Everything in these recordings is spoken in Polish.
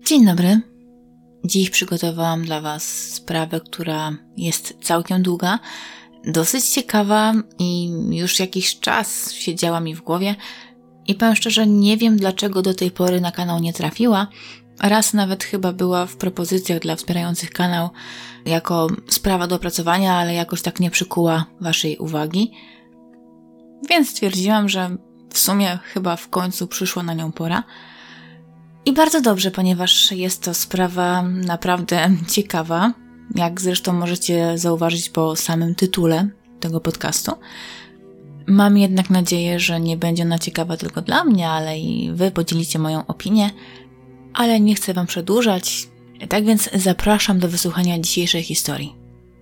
Dzień dobry. Dziś przygotowałam dla Was sprawę, która jest całkiem długa, dosyć ciekawa i już jakiś czas siedziała mi w głowie i powiem szczerze, nie wiem dlaczego do tej pory na kanał nie trafiła. Raz nawet chyba była w propozycjach dla wspierających kanał jako sprawa do opracowania, ale jakoś tak nie przykuła Waszej uwagi. Więc stwierdziłam, że w sumie chyba w końcu przyszła na nią pora. I bardzo dobrze, ponieważ jest to sprawa naprawdę ciekawa, jak zresztą możecie zauważyć po samym tytule tego podcastu. Mam jednak nadzieję, że nie będzie ona ciekawa tylko dla mnie, ale i Wy podzielicie moją opinię, ale nie chcę Wam przedłużać, tak więc zapraszam do wysłuchania dzisiejszej historii.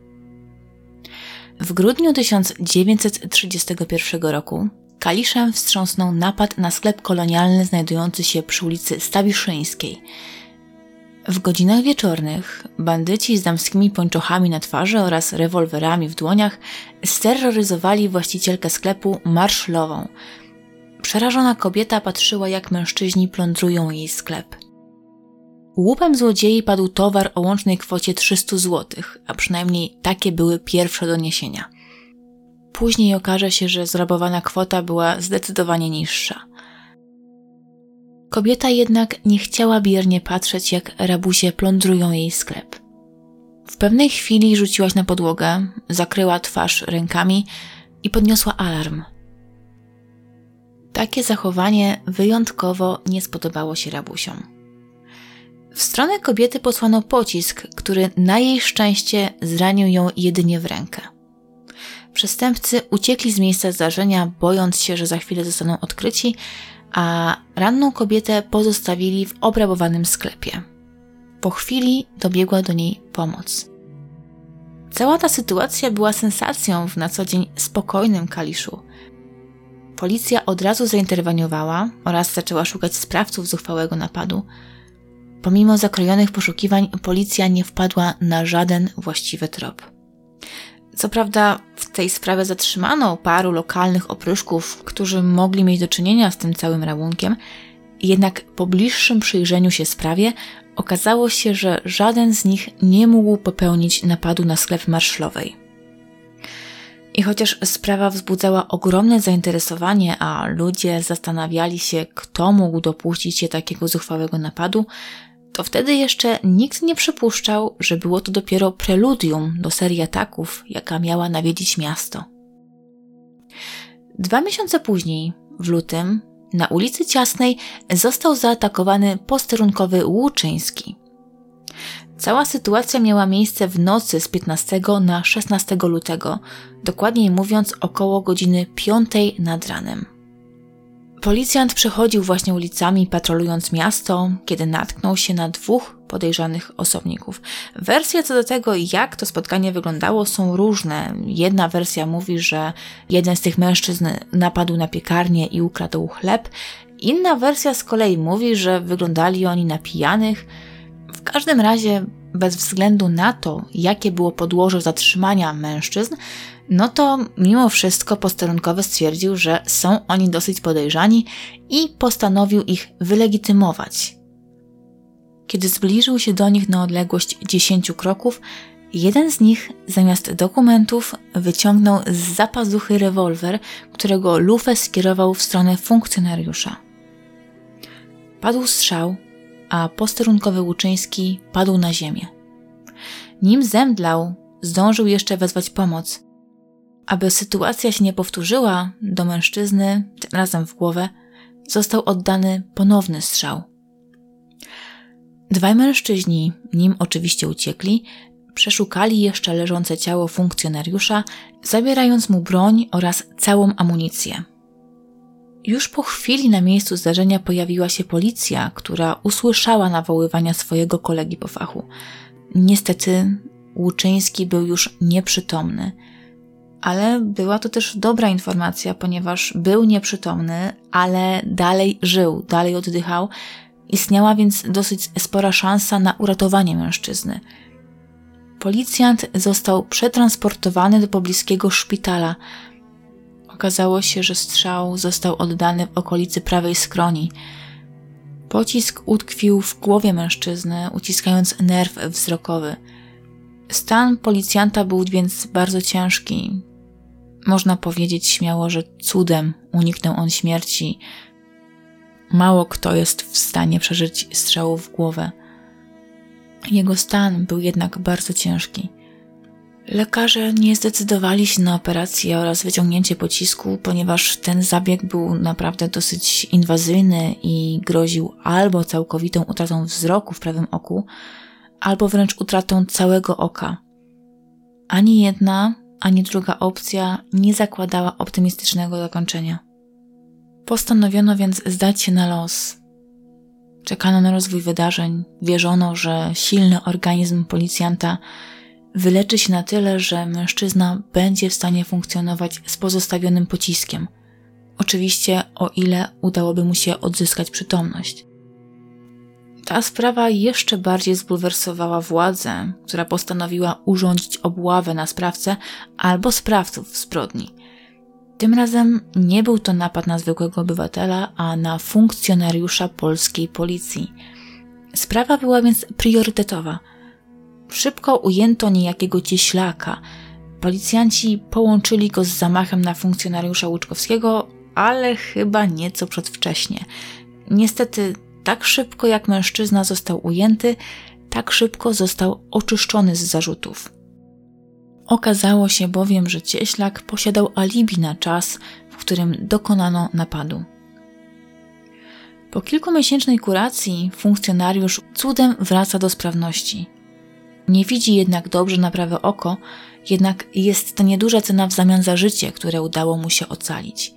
W grudniu 1931 roku Kaliszem wstrząsnął napad na sklep kolonialny znajdujący się przy ulicy Stawiszyńskiej. W godzinach wieczornych bandyci z damskimi pończochami na twarzy oraz rewolwerami w dłoniach steroryzowali właścicielkę sklepu Marszlową. Przerażona kobieta patrzyła, jak mężczyźni plądrują jej sklep. Łupem złodziei padł towar o łącznej kwocie 300 zł, a przynajmniej takie były pierwsze doniesienia. Później okaże się, że zrabowana kwota była zdecydowanie niższa. Kobieta jednak nie chciała biernie patrzeć, jak rabusie plądrują jej sklep. W pewnej chwili rzuciła się na podłogę, zakryła twarz rękami i podniosła alarm. Takie zachowanie wyjątkowo nie spodobało się rabusiom. W stronę kobiety posłano pocisk, który na jej szczęście zranił ją jedynie w rękę. Przestępcy uciekli z miejsca zdarzenia, bojąc się, że za chwilę zostaną odkryci, a ranną kobietę pozostawili w obrabowanym sklepie. Po chwili dobiegła do niej pomoc. Cała ta sytuacja była sensacją w na co dzień spokojnym Kaliszu. Policja od razu zainterweniowała oraz zaczęła szukać sprawców zuchwałego napadu. Pomimo zakrojonych poszukiwań, policja nie wpadła na żaden właściwy trop. Co prawda w tej sprawie zatrzymano paru lokalnych opryszków, którzy mogli mieć do czynienia z tym całym rabunkiem, jednak po bliższym przyjrzeniu się sprawie okazało się, że żaden z nich nie mógł popełnić napadu na sklep Marszlowej. I chociaż sprawa wzbudzała ogromne zainteresowanie, a ludzie zastanawiali się, kto mógł dopuścić się takiego zuchwałego napadu, to wtedy jeszcze nikt nie przypuszczał, że było to dopiero preludium do serii ataków, jaka miała nawiedzić miasto. 2 miesiące później, w lutym, na ulicy Ciasnej został zaatakowany posterunkowy Łuczyński. Cała sytuacja miała miejsce w nocy z 15 na 16 lutego, dokładniej mówiąc około godziny 5 nad ranem. Policjant przechodził właśnie ulicami, patrolując miasto, kiedy natknął się na 2 podejrzanych osobników. Wersje co do tego, jak to spotkanie wyglądało, są różne. Jedna wersja mówi, że jeden z tych mężczyzn napadł na piekarnię i ukradł chleb. Inna wersja z kolei mówi, że wyglądali oni na pijanych. W każdym razie, bez względu na to, jakie było podłoże zatrzymania mężczyzn, no to mimo wszystko posterunkowy stwierdził, że są oni dosyć podejrzani i postanowił ich wylegitymować. Kiedy zbliżył się do nich na odległość 10 kroków, jeden z nich zamiast dokumentów wyciągnął z zapazuchy rewolwer, którego lufę skierował w stronę funkcjonariusza. Padł strzał, a posterunkowy Łuczyński padł na ziemię. Nim zemdlał, zdążył jeszcze wezwać pomoc. Aby sytuacja się nie powtórzyła, do mężczyzny, tym razem w głowę, został oddany ponowny strzał. 2 mężczyźni, nim oczywiście uciekli, przeszukali jeszcze leżące ciało funkcjonariusza, zabierając mu broń oraz całą amunicję. Już po chwili na miejscu zdarzenia pojawiła się policja, która usłyszała nawoływania swojego kolegi po fachu. Niestety Łuczyński był już nieprzytomny, ale była to też dobra informacja, ponieważ był nieprzytomny, ale dalej żył, dalej oddychał. Istniała więc dosyć spora szansa na uratowanie mężczyzny. Policjant został przetransportowany do pobliskiego szpitala. Okazało się, że strzał został oddany w okolicy prawej skroni. Pocisk utkwił w głowie mężczyzny, uciskając nerw wzrokowy. Stan policjanta był więc bardzo ciężki. Można powiedzieć śmiało, że cudem uniknął on śmierci. Mało kto jest w stanie przeżyć strzału w głowę. Jego stan był jednak bardzo ciężki. Lekarze nie zdecydowali się na operację oraz wyciągnięcie pocisku, ponieważ ten zabieg był naprawdę dosyć inwazyjny i groził albo całkowitą utratą wzroku w prawym oku, albo wręcz utratą całego oka. Ani jedna, ani druga opcja nie zakładała optymistycznego zakończenia. Postanowiono więc zdać się na los. Czekano na rozwój wydarzeń, wierzono, że silny organizm policjanta wyleczy się na tyle, że mężczyzna będzie w stanie funkcjonować z pozostawionym pociskiem. Oczywiście, o ile udałoby mu się odzyskać przytomność. Ta sprawa jeszcze bardziej zbulwersowała władzę, która postanowiła urządzić obławę na sprawcę albo sprawców zbrodni. Tym razem nie był to napad na zwykłego obywatela, a na funkcjonariusza polskiej policji. Sprawa była więc priorytetowa. Szybko ujęto niejakiego cieślaka. Policjanci połączyli go z zamachem na funkcjonariusza Łuczkowskiego, ale chyba nieco przedwcześnie. Niestety, tak szybko jak mężczyzna został ujęty, tak szybko został oczyszczony z zarzutów. Okazało się bowiem, że cieślak posiadał alibi na czas, w którym dokonano napadu. Po kilkumiesięcznej kuracji funkcjonariusz cudem wraca do sprawności. Nie widzi jednak dobrze na prawe oko, jednak jest to nieduża cena w zamian za życie, które udało mu się ocalić.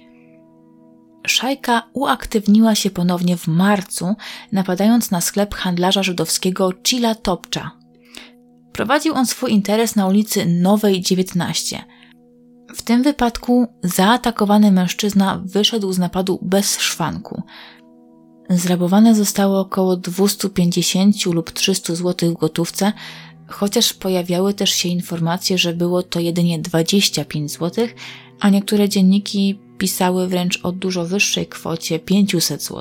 Szajka uaktywniła się ponownie w marcu, napadając na sklep handlarza żydowskiego Cilla Topcza. Prowadził on swój interes na ulicy Nowej 19. W tym wypadku zaatakowany mężczyzna wyszedł z napadu bez szwanku. Zrabowane zostało około 250 lub 300 zł w gotówce, chociaż pojawiały też się informacje, że było to jedynie 25 zł, a niektóre dzienniki pisały wręcz o dużo wyższej kwocie 500 zł.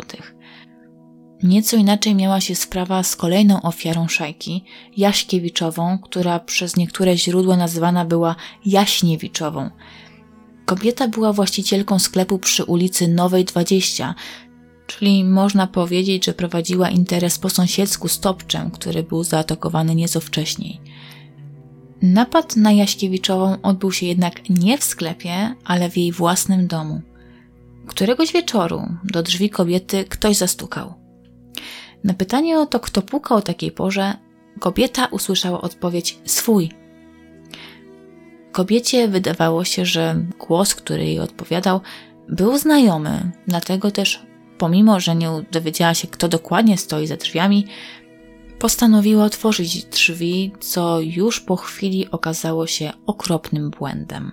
Nieco inaczej miała się sprawa z kolejną ofiarą szajki, Jaśkiewiczową, która przez niektóre źródła nazywana była Jaśniewiczową. Kobieta była właścicielką sklepu przy ulicy Nowej 20, czyli można powiedzieć, że prowadziła interes po sąsiedzku z Topczem, który był zaatakowany nieco wcześniej. Napad na Jaśkiewiczową odbył się jednak nie w sklepie, ale w jej własnym domu. Któregoś wieczoru do drzwi kobiety ktoś zastukał. Na pytanie o to, kto pukał o takiej porze, kobieta usłyszała odpowiedź: swój. Kobiecie wydawało się, że głos, który jej odpowiadał, był znajomy, dlatego też, pomimo że nie dowiedziała się, kto dokładnie stoi za drzwiami, postanowiła otworzyć drzwi, co już po chwili okazało się okropnym błędem.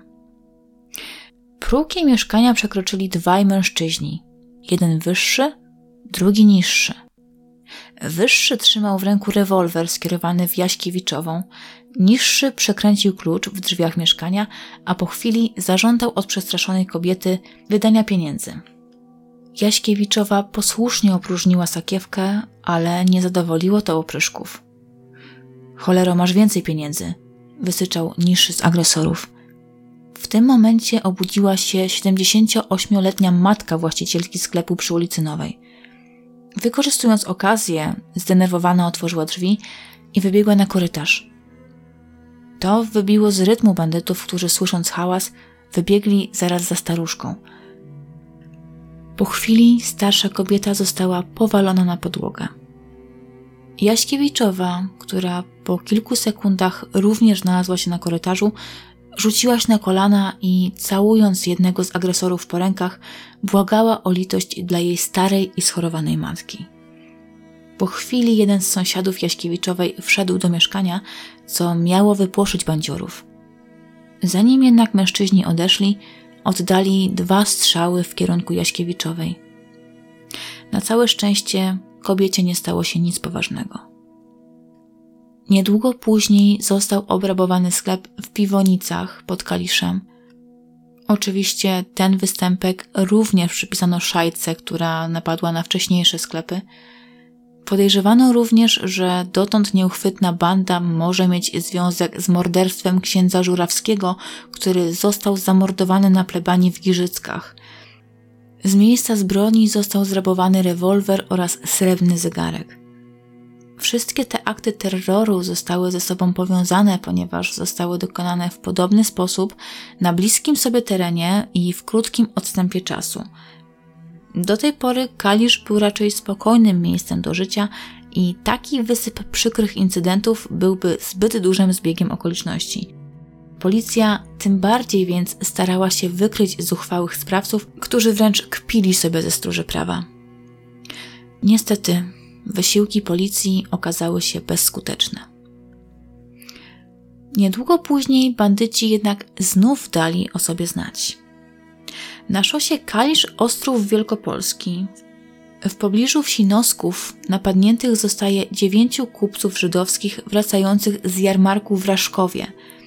Próg jej mieszkania przekroczyli dwaj mężczyźni. Jeden wyższy, drugi niższy. Wyższy trzymał w ręku rewolwer skierowany w Jaśkiewiczową, niższy przekręcił klucz w drzwiach mieszkania, a po chwili zażądał od przestraszonej kobiety wydania pieniędzy. Jaśkiewiczowa posłusznie opróżniła sakiewkę, ale nie zadowoliło to opryszków. Cholero, masz więcej pieniędzy, wysyczał niższy z agresorów. W tym momencie obudziła się 78-letnia matka właścicielki sklepu przy ulicy Nowej. Wykorzystując okazję, zdenerwowana otworzyła drzwi i wybiegła na korytarz. To wybiło z rytmu bandytów, którzy słysząc hałas, wybiegli zaraz za staruszką. Po chwili starsza kobieta została powalona na podłogę. Jaśkiewiczowa, która po kilku sekundach również znalazła się na korytarzu, rzuciła się na kolana i całując jednego z agresorów po rękach, błagała o litość dla jej starej i schorowanej matki. Po chwili jeden z sąsiadów Jaśkiewiczowej wszedł do mieszkania, co miało wypłoszyć bandziorów. Zanim jednak mężczyźni odeszli, oddali 2 strzały w kierunku Jaśkiewiczowej. Na całe szczęście kobiecie nie stało się nic poważnego. Niedługo później został obrabowany sklep w Piwonicach pod Kaliszem. Oczywiście ten występek również przypisano szajce, która napadła na wcześniejsze sklepy. Podejrzewano również, że dotąd nieuchwytna banda może mieć związek z morderstwem księdza Żurawskiego, który został zamordowany na plebanii w Giżyckach. Z miejsca zbrodni został zrabowany rewolwer oraz srebrny zegarek. Wszystkie te akty terroru zostały ze sobą powiązane, ponieważ zostały dokonane w podobny sposób, na bliskim sobie terenie i w krótkim odstępie czasu. Do tej pory Kalisz był raczej spokojnym miejscem do życia i taki wysyp przykrych incydentów byłby zbyt dużym zbiegiem okoliczności. Policja tym bardziej więc starała się wykryć zuchwałych sprawców, którzy wręcz kpili sobie ze stróży prawa. Niestety, wysiłki policji okazały się bezskuteczne. Niedługo później bandyci jednak znów dali o sobie znać. Na szosie Kalisz-Ostrów Wielkopolski, w pobliżu wsi Nosków, napadniętych zostaje 9 kupców żydowskich wracających z jarmarku w Raszkowie.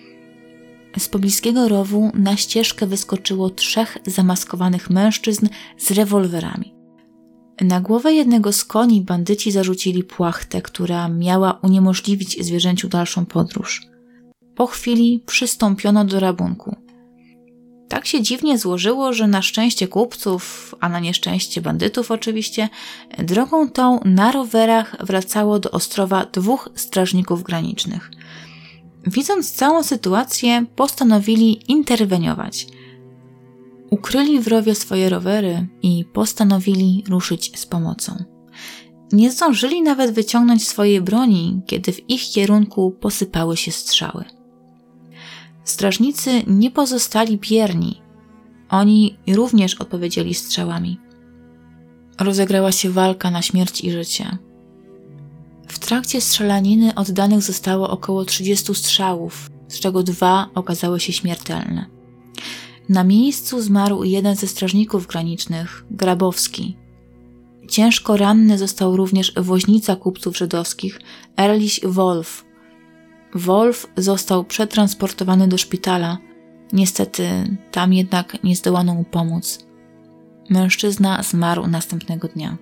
Z pobliskiego rowu na ścieżkę wyskoczyło 3 zamaskowanych mężczyzn z rewolwerami. Na głowę jednego z koni bandyci zarzucili płachtę, która miała uniemożliwić zwierzęciu dalszą podróż. Po chwili przystąpiono do rabunku. Tak się dziwnie złożyło, że na szczęście kupców, a na nieszczęście bandytów oczywiście, drogą tą na rowerach wracało do Ostrowa 2 strażników granicznych. Widząc całą sytuację, postanowili interweniować. Ukryli w rowie swoje rowery i postanowili ruszyć z pomocą. Nie zdążyli nawet wyciągnąć swojej broni, kiedy w ich kierunku posypały się strzały. Strażnicy nie pozostali bierni. Oni również odpowiedzieli strzałami. Rozegrała się walka na śmierć i życie. W trakcie strzelaniny oddanych zostało około 30 strzałów, z czego 2 okazały się śmiertelne. Na miejscu zmarł jeden ze strażników granicznych, Grabowski. Ciężko ranny został również woźnica kupców żydowskich, Erlich Wolf. Wolf został przetransportowany do szpitala. Niestety, tam jednak nie zdołano mu pomóc. Mężczyzna zmarł następnego dnia.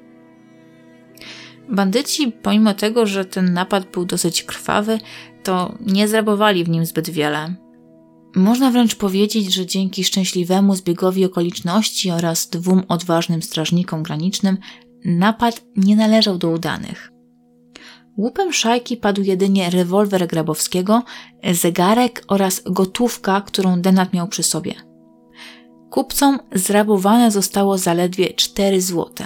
Bandyci, pomimo tego, że ten napad był dosyć krwawy, to nie zrabowali w nim zbyt wiele. Można wręcz powiedzieć, że dzięki szczęśliwemu zbiegowi okoliczności oraz 2 odważnym strażnikom granicznym napad nie należał do udanych. Łupem szajki padł jedynie rewolwer Grabowskiego, zegarek oraz gotówka, którą denat miał przy sobie. Kupcom zrabowane zostało zaledwie 4 złote.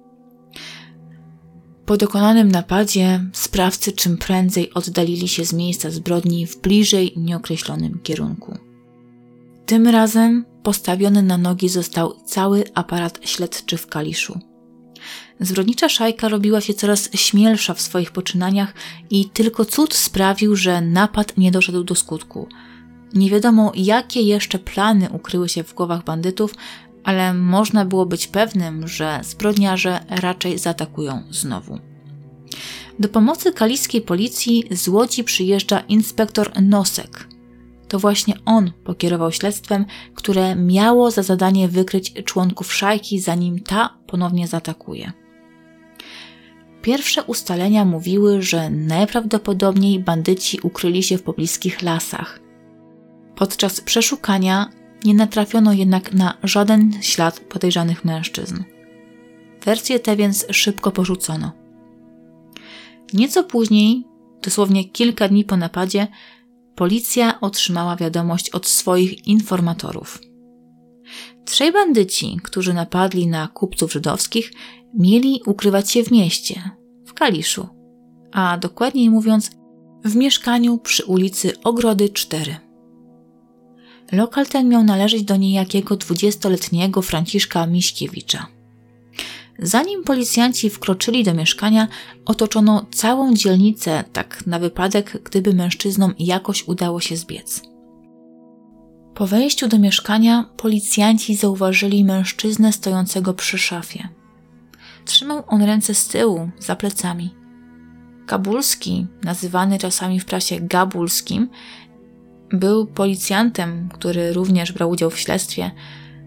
Po dokonanym napadzie sprawcy czym prędzej oddalili się z miejsca zbrodni w bliżej nieokreślonym kierunku. Tym razem postawiony na nogi został cały aparat śledczy w Kaliszu. Zbrodnicza szajka robiła się coraz śmielsza w swoich poczynaniach i tylko cud sprawił, że napad nie doszedł do skutku. Nie wiadomo, jakie jeszcze plany ukryły się w głowach bandytów, ale można było być pewnym, że zbrodniarze raczej zaatakują znowu. Do pomocy kaliskiej policji z Łodzi przyjeżdża inspektor Nosek. To właśnie on pokierował śledztwem, które miało za zadanie wykryć członków szajki, zanim ta ponownie zaatakuje. Pierwsze ustalenia mówiły, że najprawdopodobniej bandyci ukryli się w pobliskich lasach. Podczas przeszukania nie natrafiono jednak na żaden ślad podejrzanych mężczyzn. Wersje te więc szybko porzucono. Nieco później, dosłownie kilka dni po napadzie, policja otrzymała wiadomość od swoich informatorów. 3 bandyci, którzy napadli na kupców żydowskich, mieli ukrywać się w mieście, w Kaliszu, a dokładniej mówiąc w mieszkaniu przy ulicy Ogrody 4. Lokal ten miał należeć do niejakiego 20-letniego Franciszka Miśkiewicza. Zanim policjanci wkroczyli do mieszkania, otoczono całą dzielnicę, tak na wypadek, gdyby mężczyznom jakoś udało się zbiec. Po wejściu do mieszkania policjanci zauważyli mężczyznę stojącego przy szafie. Trzymał on ręce z tyłu, za plecami. Kabulski, nazywany czasami w prasie Gabulskim, był policjantem, który również brał udział w śledztwie.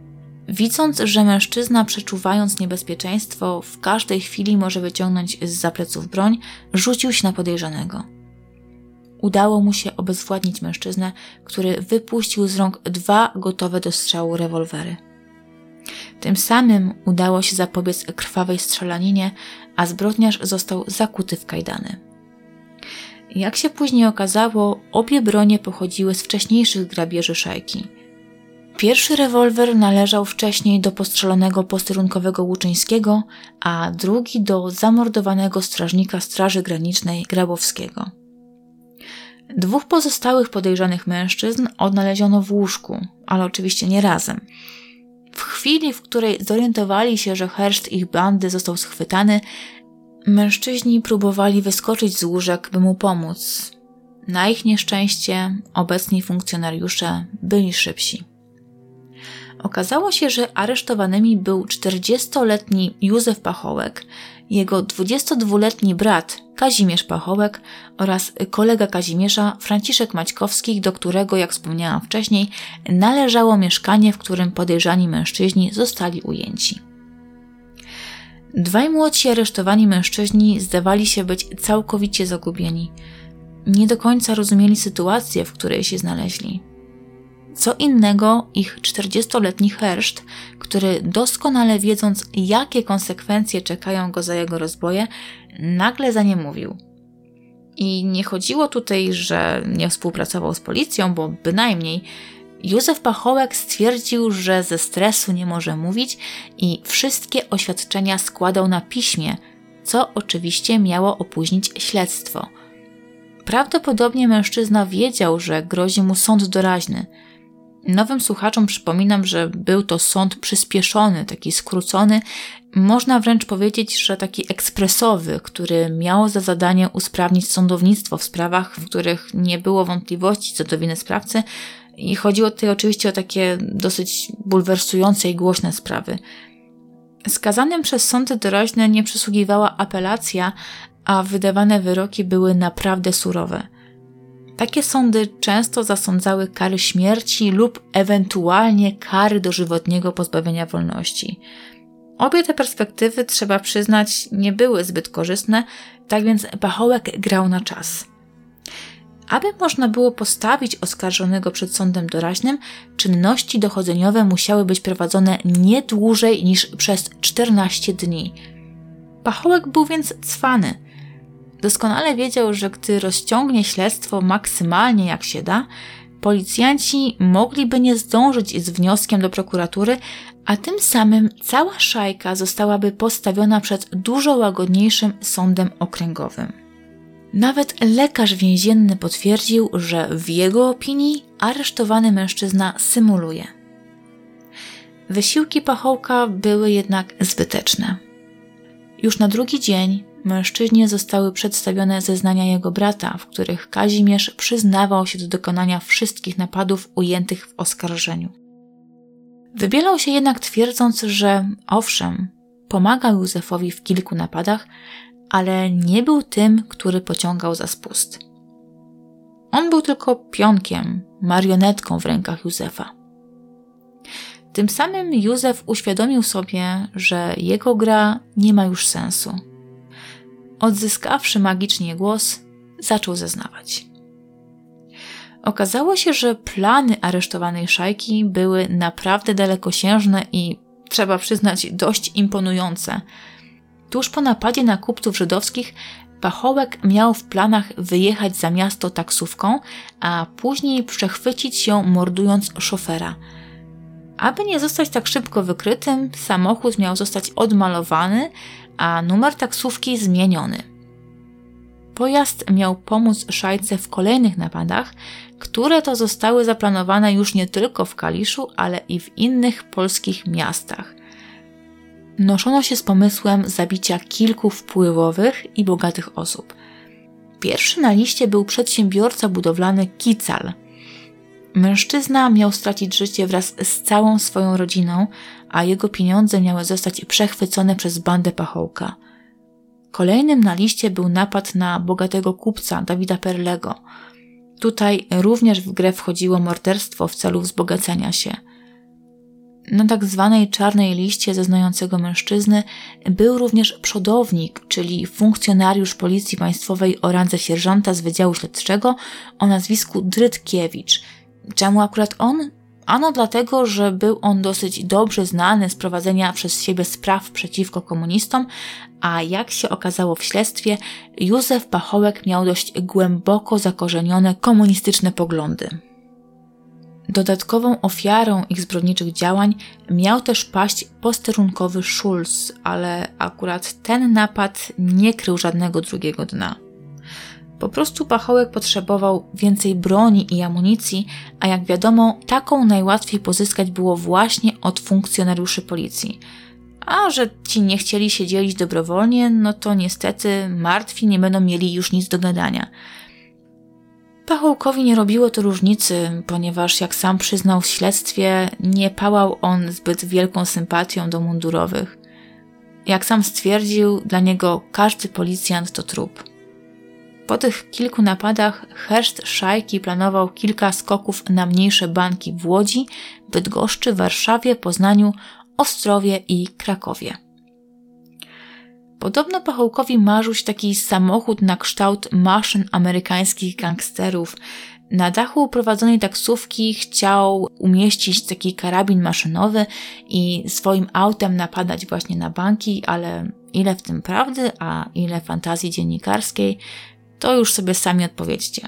Widząc, że mężczyzna, przeczuwając niebezpieczeństwo, w każdej chwili może wyciągnąć zza pleców broń, rzucił się na podejrzanego. Udało mu się obezwładnić mężczyznę, który wypuścił z rąk 2 gotowe do strzału rewolwery. Tym samym udało się zapobiec krwawej strzelaninie, a zbrodniarz został zakuty w kajdany. Jak się później okazało, obie bronie pochodziły z wcześniejszych grabieży szajki. Pierwszy rewolwer należał wcześniej do postrzelonego posterunkowego Łuczyńskiego, a drugi do zamordowanego strażnika Straży Granicznej Grabowskiego. 2 pozostałych podejrzanych mężczyzn odnaleziono w łóżku, ale oczywiście nie razem. W chwili, w której zorientowali się, że herszt ich bandy został schwytany, mężczyźni próbowali wyskoczyć z łóżek, by mu pomóc. Na ich nieszczęście obecni funkcjonariusze byli szybsi. Okazało się, że aresztowanymi był 40-letni Józef Pachołek, jego 22-letni brat Kazimierz Pachołek oraz kolega Kazimierza Franciszek Maćkowski, do którego, jak wspomniałam wcześniej, należało mieszkanie, w którym podejrzani mężczyźni zostali ujęci. 2 młodsi aresztowani mężczyźni zdawali się być całkowicie zagubieni. Nie do końca rozumieli sytuację, w której się znaleźli. Co innego ich 40-letni herszt, który doskonale wiedząc, jakie konsekwencje czekają go za jego rozboje, nagle za nie mówił. I nie chodziło tutaj, że nie współpracował z policją, bo bynajmniej. Józef Pachołek stwierdził, że ze stresu nie może mówić i wszystkie oświadczenia składał na piśmie, co oczywiście miało opóźnić śledztwo. Prawdopodobnie mężczyzna wiedział, że grozi mu sąd doraźny. Nowym słuchaczom przypominam, że był to sąd przyspieszony, taki skrócony, można wręcz powiedzieć, że taki ekspresowy, który miał za zadanie usprawnić sądownictwo w sprawach, w których nie było wątpliwości co do winy sprawcy i chodziło tutaj oczywiście o takie dosyć bulwersujące i głośne sprawy. Skazanym przez sądy doraźne nie przysługiwała apelacja, a wydawane wyroki były naprawdę surowe. Takie sądy często zasądzały kary śmierci lub ewentualnie kary dożywotniego pozbawienia wolności. Obie te perspektywy, trzeba przyznać, nie były zbyt korzystne, tak więc Pachołek grał na czas. Aby można było postawić oskarżonego przed sądem doraźnym, czynności dochodzeniowe musiały być prowadzone nie dłużej niż przez 14 dni. Pachołek był więc cwany. Doskonale wiedział, że gdy rozciągnie śledztwo maksymalnie jak się da, policjanci mogliby nie zdążyć z wnioskiem do prokuratury, a tym samym cała szajka zostałaby postawiona przed dużo łagodniejszym sądem okręgowym. Nawet lekarz więzienny potwierdził, że w jego opinii aresztowany mężczyzna symuluje. Wysiłki Pachołka były jednak zbyteczne. Już na drugi dzień mężczyźnie zostały przedstawione zeznania jego brata, w których Kazimierz przyznawał się do dokonania wszystkich napadów ujętych w oskarżeniu. Wybielał się jednak twierdząc, że owszem, pomagał Józefowi w kilku napadach, ale nie był tym, który pociągał za spust. On był tylko pionkiem, marionetką w rękach Józefa. Tym samym Józef uświadomił sobie, że jego gra nie ma już sensu. Odzyskawszy magicznie głos, zaczął zeznawać. Okazało się, że plany aresztowanej szajki były naprawdę dalekosiężne i, trzeba przyznać, dość imponujące. Tuż po napadzie na kupców żydowskich Pachołek miał w planach wyjechać za miasto taksówką, a później przechwycić ją, mordując szofera. Aby nie zostać tak szybko wykrytym, samochód miał zostać odmalowany, a numer taksówki zmieniony. Pojazd miał pomóc szajce w kolejnych napadach, które to zostały zaplanowane już nie tylko w Kaliszu, ale i w innych polskich miastach. Noszono się z pomysłem zabicia kilku wpływowych i bogatych osób. Pierwszy na liście był przedsiębiorca budowlany Kical. Mężczyzna miał stracić życie wraz z całą swoją rodziną, a jego pieniądze miały zostać przechwycone przez bandę Pachołka. Kolejnym na liście był napad na bogatego kupca Dawida Perlego. Tutaj również w grę wchodziło morderstwo w celu wzbogacenia się. Na tak zwanej czarnej liście zeznającego mężczyzny był również przodownik, czyli funkcjonariusz Policji Państwowej o randze sierżanta z Wydziału Śledczego o nazwisku Drytkiewicz. Czemu akurat on? Ano dlatego, że był on dosyć dobrze znany z prowadzenia przez siebie spraw przeciwko komunistom, a jak się okazało w śledztwie, Józef Pachołek miał dość głęboko zakorzenione komunistyczne poglądy. Dodatkową ofiarą ich zbrodniczych działań miał też paść posterunkowy Schulz, ale akurat ten napad nie krył żadnego drugiego dna. Po prostu Pachołek potrzebował więcej broni i amunicji, a jak wiadomo, taką najłatwiej pozyskać było właśnie od funkcjonariuszy policji. A że ci nie chcieli się dzielić dobrowolnie, no to niestety martwi nie będą mieli już nic do gadania. Pachołkowi nie robiło to różnicy, ponieważ jak sam przyznał w śledztwie, nie pałał on zbyt wielką sympatią do mundurowych. Jak sam stwierdził, dla niego każdy policjant to trup. Po tych kilku napadach herszt szajki planował kilka skoków na mniejsze banki w Łodzi, Bydgoszczy, Warszawie, Poznaniu, Ostrowie i Krakowie. Podobno Pachołkowi marzył się taki samochód na kształt maszyn amerykańskich gangsterów. Na dachu prowadzonej taksówki chciał umieścić taki karabin maszynowy i swoim autem napadać właśnie na banki, ale ile w tym prawdy, a ile fantazji dziennikarskiej, to już sobie sami odpowiedzcie.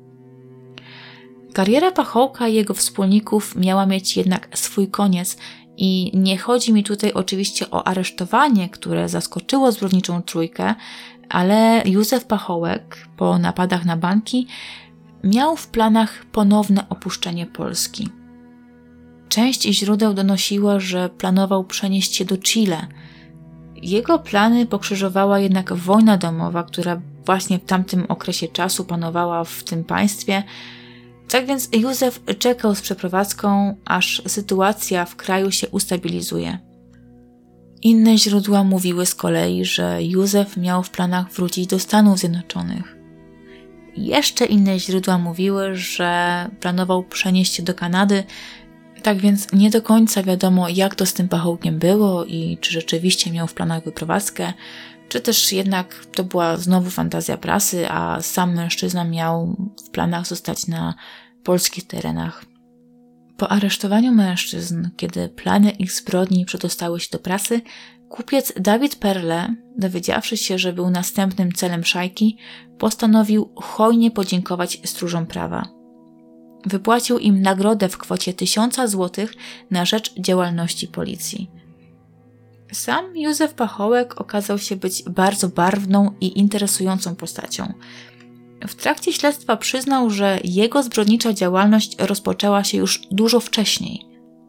Kariera Pachołka i jego wspólników miała mieć jednak swój koniec i nie chodzi mi tutaj oczywiście o aresztowanie, które zaskoczyło zbrodniczą trójkę, ale Józef Pachołek po napadach na banki miał w planach ponowne opuszczenie Polski. Część źródeł donosiła, że planował przenieść się do Chile. Jego plany pokrzyżowała jednak wojna domowa, która właśnie w tamtym okresie czasu panowała w tym państwie. Tak więc Józef czekał z przeprowadzką, aż sytuacja w kraju się ustabilizuje. Inne źródła mówiły z kolei, że Józef miał w planach wrócić do Stanów Zjednoczonych. Jeszcze inne źródła mówiły, że planował przenieść się do Kanady, tak więc nie do końca wiadomo, jak to z tym Pachołkiem było i czy rzeczywiście miał w planach wyprowadzkę, czy też jednak to była znowu fantazja prasy, a sam mężczyzna miał w planach zostać na polskich terenach. Po aresztowaniu mężczyzn, kiedy plany ich zbrodni przedostały się do prasy, kupiec Dawid Perle, dowiedziawszy się, że był następnym celem szajki, postanowił hojnie podziękować stróżom prawa. Wypłacił im nagrodę w kwocie 1000 złotych na rzecz działalności policji. Sam Józef Pachołek okazał się być bardzo barwną i interesującą postacią. W trakcie śledztwa przyznał, że jego zbrodnicza działalność rozpoczęła się już dużo wcześniej.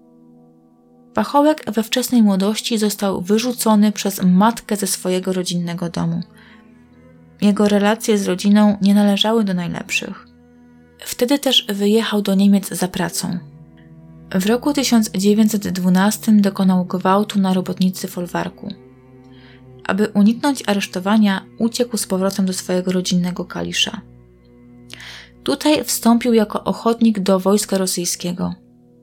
Pachołek we wczesnej młodości został wyrzucony przez matkę ze swojego rodzinnego domu. Jego relacje z rodziną nie należały do najlepszych. Wtedy też wyjechał do Niemiec za pracą. W roku 1912 dokonał gwałtu na robotnicy folwarku. Aby uniknąć aresztowania, uciekł z powrotem do swojego rodzinnego Kalisza. Tutaj wstąpił jako ochotnik do wojska rosyjskiego.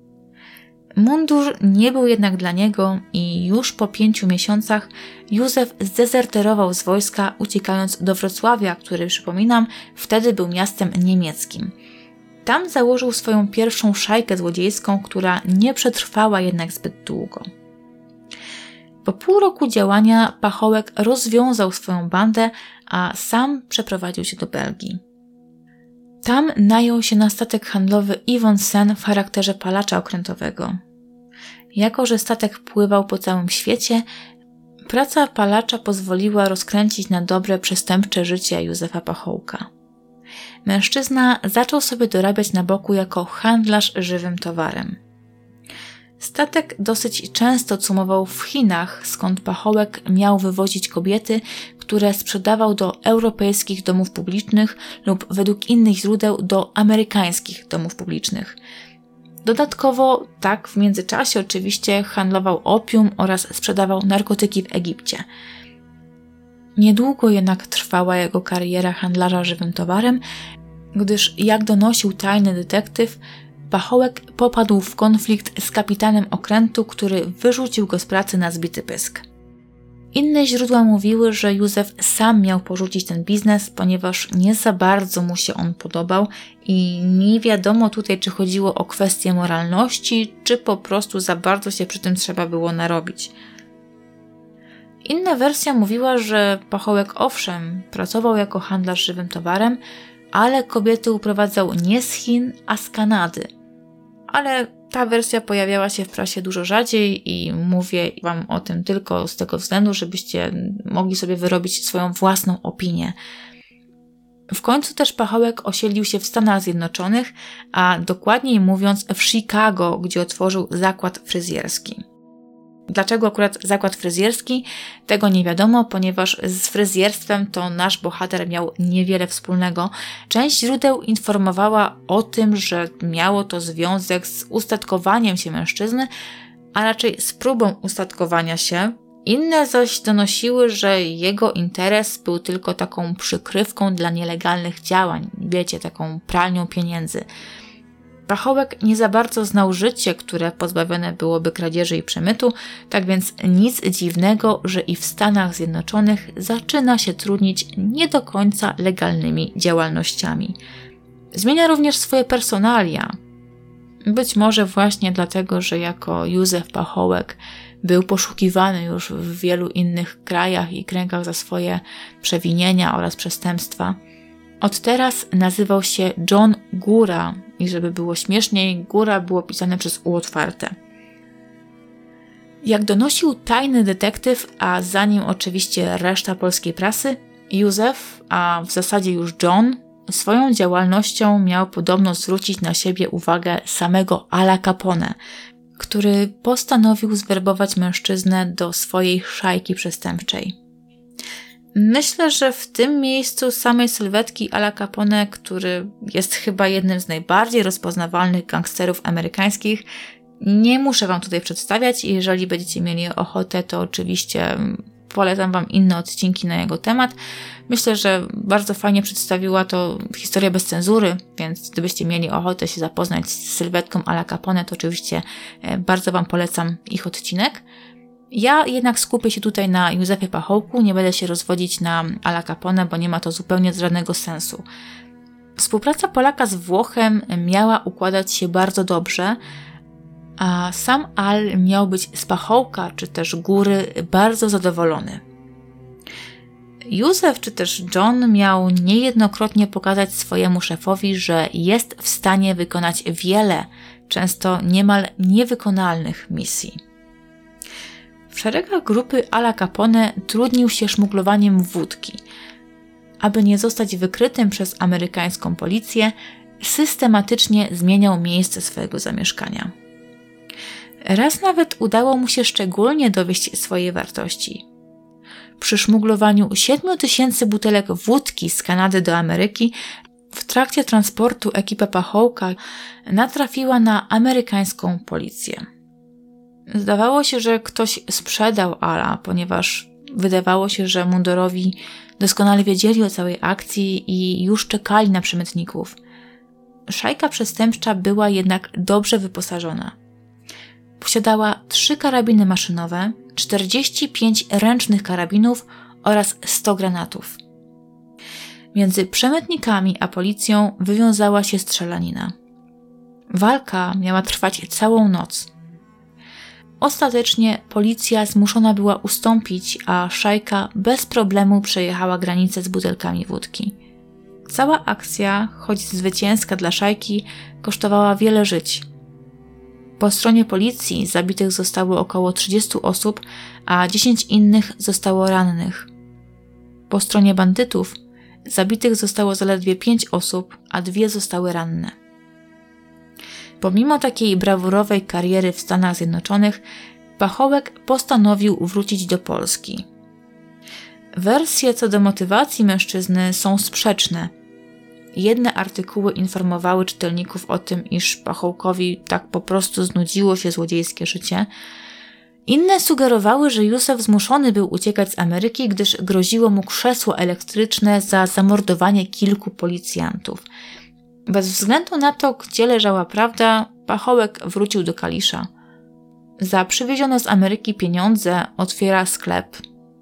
Mundur nie był jednak dla niego i już po 5 miesiącach Józef zdezerterował z wojska, uciekając do Wrocławia, który, przypominam, wtedy był miastem niemieckim. Tam założył swoją pierwszą szajkę złodziejską, która nie przetrwała jednak zbyt długo. Po pół roku działania Pachołek rozwiązał swoją bandę, a sam przeprowadził się do Belgii. Tam najął się na statek handlowy Yvon Sen w charakterze palacza okrętowego. Jako że statek pływał po całym świecie, praca palacza pozwoliła rozkręcić na dobre przestępcze życie Józefa Pachołka. Mężczyzna zaczął sobie dorabiać na boku jako handlarz żywym towarem. Statek dosyć często cumował w Chinach, skąd Pachołek miał wywozić kobiety, które sprzedawał do europejskich domów publicznych lub według innych źródeł do amerykańskich domów publicznych. Dodatkowo, tak w międzyczasie oczywiście handlował opium oraz sprzedawał narkotyki w Egipcie. Niedługo jednak trwała jego kariera handlarza żywym towarem, gdyż jak donosił tajny detektyw, Pachołek popadł w konflikt z kapitanem okrętu, który wyrzucił go z pracy na zbity pysk. Inne źródła mówiły, że Józef sam miał porzucić ten biznes, ponieważ nie za bardzo mu się on podobał i nie wiadomo tutaj, czy chodziło o kwestię moralności, czy po prostu za bardzo się przy tym trzeba było narobić. Inna wersja mówiła, że Pachołek owszem, pracował jako handlarz żywym towarem, ale kobiety uprowadzał nie z Chin, a z Kanady. Ale ta wersja pojawiała się w prasie dużo rzadziej i mówię Wam o tym tylko z tego względu, żebyście mogli sobie wyrobić swoją własną opinię. W końcu też Pachołek osiedlił się w Stanach Zjednoczonych, a dokładniej mówiąc w Chicago, gdzie otworzył zakład fryzjerski. Dlaczego akurat zakład fryzjerski? Tego nie wiadomo, ponieważ z fryzjerstwem to nasz bohater miał niewiele wspólnego. Część źródeł informowała o tym, że miało to związek z ustatkowaniem się mężczyzny, a raczej z próbą ustatkowania się. Inne zaś donosiły, że jego interes był tylko taką przykrywką dla nielegalnych działań, wiecie, taką pralnią pieniędzy. Pachołek nie za bardzo znał życie, które pozbawione byłoby kradzieży i przemytu, tak więc nic dziwnego, że i w Stanach Zjednoczonych zaczyna się trudnić nie do końca legalnymi działalnościami. Zmienia również swoje personalia. Być może właśnie dlatego, że jako Józef Pachołek był poszukiwany już w wielu innych krajach i kręgach za swoje przewinienia oraz przestępstwa. Od teraz nazywał się John Góra i żeby było śmieszniej, Góra było pisane przez U otwarte. Jak donosił tajny detektyw, a za nim oczywiście reszta polskiej prasy, Józef, a w zasadzie już John, swoją działalnością miał podobno zwrócić na siebie uwagę samego Ala Capone, który postanowił zwerbować mężczyznę do swojej szajki przestępczej. Myślę, że w tym miejscu samej sylwetki Ala Capone, który jest chyba jednym z najbardziej rozpoznawalnych gangsterów amerykańskich, nie muszę Wam tutaj przedstawiać. Jeżeli będziecie mieli ochotę, to oczywiście polecam Wam inne odcinki na jego temat. Myślę, że bardzo fajnie przedstawiła to historię bez cenzury, więc gdybyście mieli ochotę się zapoznać z sylwetką Ala Capone, to oczywiście bardzo Wam polecam ich odcinek. Ja jednak skupię się tutaj na Józefie Pachołku, nie będę się rozwodzić na Ala Capone, bo nie ma to zupełnie żadnego sensu. Współpraca Polaka z Włochem miała układać się bardzo dobrze, a sam Al miał być z Pachołka czy też Góry bardzo zadowolony. Józef czy też John miał niejednokrotnie pokazać swojemu szefowi, że jest w stanie wykonać wiele, często niemal niewykonalnych misji. W szeregach grupy Ala Capone trudnił się szmuglowaniem wódki. Aby nie zostać wykrytym przez amerykańską policję, systematycznie zmieniał miejsce swojego zamieszkania. Raz nawet udało mu się szczególnie dowieść swojej wartości. Przy szmuglowaniu 7000 butelek wódki z Kanady do Ameryki w trakcie transportu ekipa Pachołka natrafiła na amerykańską policję. Zdawało się, że ktoś sprzedał Ala, ponieważ wydawało się, że mundurowi doskonale wiedzieli o całej akcji i już czekali na przemytników. Szajka przestępcza była jednak dobrze wyposażona. Posiadała 3 karabiny maszynowe, 45 ręcznych karabinów oraz 100 granatów. Między przemytnikami a policją wywiązała się strzelanina. Walka miała trwać całą noc. Ostatecznie policja zmuszona była ustąpić, a szajka bez problemu przejechała granicę z butelkami wódki. Cała akcja, choć zwycięska dla szajki, kosztowała wiele żyć. Po stronie policji zabitych zostało około 30 osób, a 10 innych zostało rannych. Po stronie bandytów zabitych zostało zaledwie 5 osób, a 2 zostały ranne. Pomimo takiej brawurowej kariery w Stanach Zjednoczonych, Pachołek postanowił wrócić do Polski. Wersje co do motywacji mężczyzny są sprzeczne. Jedne artykuły informowały czytelników o tym, iż Pachołkowi tak po prostu znudziło się złodziejskie życie. Inne sugerowały, że Józef zmuszony był uciekać z Ameryki, gdyż groziło mu krzesło elektryczne za zamordowanie kilku policjantów. Bez względu na to, gdzie leżała prawda, pachołek wrócił do Kalisza. Za przywiezione z Ameryki pieniądze otwiera sklep.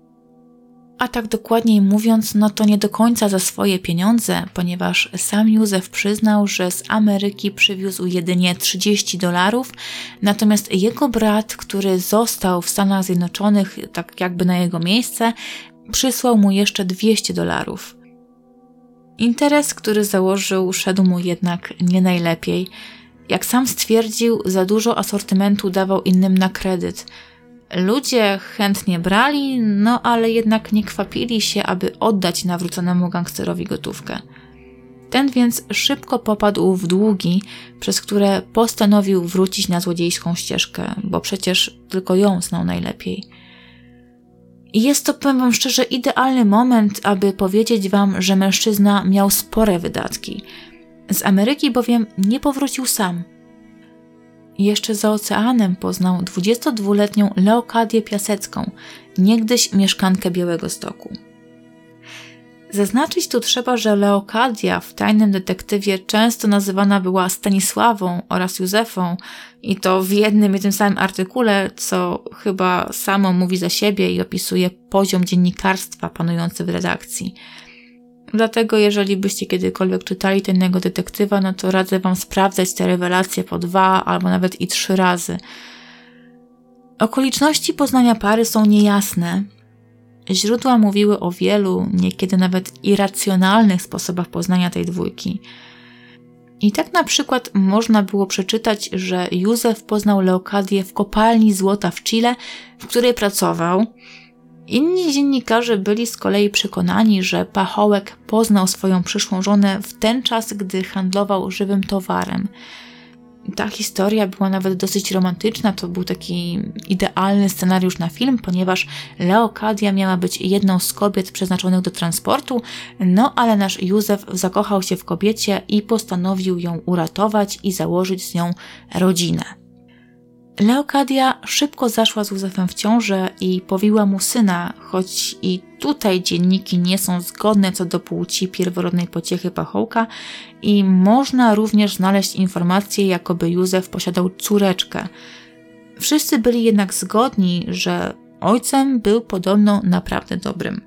A tak dokładniej mówiąc, to nie do końca za swoje pieniądze, ponieważ sam Józef przyznał, że z Ameryki przywiózł jedynie $30, natomiast jego brat, który został w Stanach Zjednoczonych tak jakby na jego miejsce, przysłał mu jeszcze $200. Interes, który założył, szedł mu jednak nie najlepiej. Jak sam stwierdził, za dużo asortymentu dawał innym na kredyt. Ludzie chętnie brali, ale jednak nie kwapili się, aby oddać nawróconemu gangsterowi gotówkę. Ten więc szybko popadł w długi, przez które postanowił wrócić na złodziejską ścieżkę, bo przecież tylko ją znał najlepiej. I jest to, powiem wam szczerze, idealny moment, aby powiedzieć wam, że mężczyzna miał spore wydatki. Z Ameryki bowiem nie powrócił sam. Jeszcze za oceanem poznał 22-letnią Leokadię Piasecką, niegdyś mieszkankę Białegostoku. Zaznaczyć tu trzeba, że Leokadia w Tajnym Detektywie często nazywana była Stanisławą oraz Józefą i to w jednym i tym samym artykule, co chyba samo mówi za siebie i opisuje poziom dziennikarstwa panujący w redakcji. Dlatego jeżeli byście kiedykolwiek czytali Tajnego Detektywa, to radzę wam sprawdzać te rewelacje po 2 albo nawet i 3 razy. Okoliczności poznania pary są niejasne. Źródła mówiły o wielu, niekiedy nawet irracjonalnych sposobach poznania tej dwójki. I tak na przykład można było przeczytać, że Józef poznał Leokadię w kopalni złota w Chile, w której pracował. Inni dziennikarze byli z kolei przekonani, że pachołek poznał swoją przyszłą żonę w ten czas, gdy handlował żywym towarem. Ta historia była nawet dosyć romantyczna, to był taki idealny scenariusz na film, ponieważ Leokadia miała być jedną z kobiet przeznaczonych do transportu, ale nasz Józef zakochał się w kobiecie i postanowił ją uratować i założyć z nią rodzinę. Leokadia szybko zaszła z Józefem w ciążę i powiła mu syna, choć i tutaj dzienniki nie są zgodne co do płci pierworodnej pociechy pachołka i można również znaleźć informacje, jakoby Józef posiadał córeczkę. Wszyscy byli jednak zgodni, że ojcem był podobno naprawdę dobrym.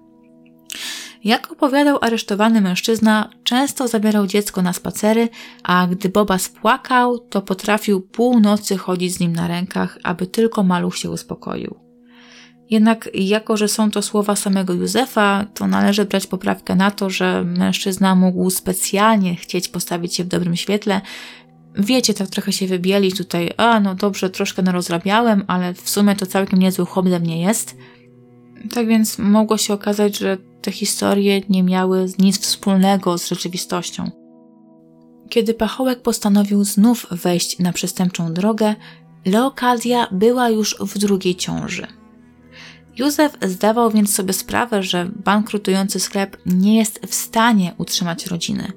Jak opowiadał aresztowany mężczyzna, często zabierał dziecko na spacery, a gdy Boba spłakał, to potrafił północy chodzić z nim na rękach, aby tylko maluch się uspokoił. Jednak jako, że są to słowa samego Józefa, to należy brać poprawkę na to, że mężczyzna mógł specjalnie chcieć postawić się w dobrym świetle. Wiecie, tak trochę się wybielić tutaj, dobrze, troszkę narozrabiałem, ale w sumie to całkiem niezły chłop ze mnie jest. Tak więc mogło się okazać, że te historie nie miały nic wspólnego z rzeczywistością. Kiedy pachołek postanowił znów wejść na przestępczą drogę, Leokadia była już w drugiej ciąży. Józef zdawał więc sobie sprawę, że bankrutujący sklep nie jest w stanie utrzymać rodziny.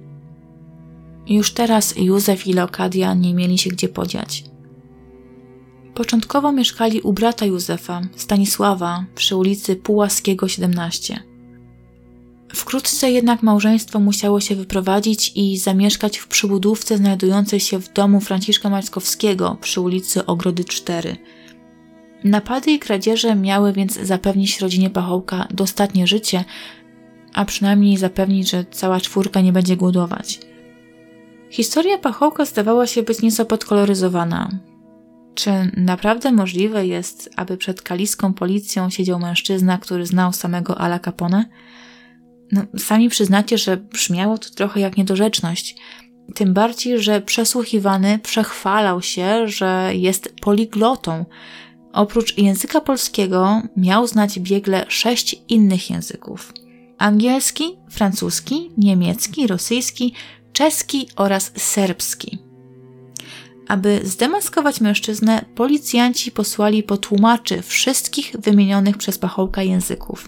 Już teraz Józef i Leokadia nie mieli się gdzie podziać. Początkowo mieszkali u brata Józefa, Stanisława, przy ulicy Pułaskiego 17. Wkrótce jednak małżeństwo musiało się wyprowadzić i zamieszkać w przybudówce znajdującej się w domu Franciszka Maćkowskiego przy ulicy Ogrody 4. Napady i kradzieże miały więc zapewnić rodzinie pachołka dostatnie życie, a przynajmniej zapewnić, że cała czwórka nie będzie głodować. Historia pachołka zdawała się być nieco podkoloryzowana. Czy naprawdę możliwe jest, aby przed kaliską policją siedział mężczyzna, który znał samego Ala Capone? Sami przyznacie, że brzmiało to trochę jak niedorzeczność. Tym bardziej, że przesłuchiwany przechwalał się, że jest poliglotą. Oprócz języka polskiego miał znać biegle 6 innych języków. Angielski, francuski, niemiecki, rosyjski, czeski oraz serbski. Aby zdemaskować mężczyznę, policjanci posłali po tłumaczy wszystkich wymienionych przez pachołka języków.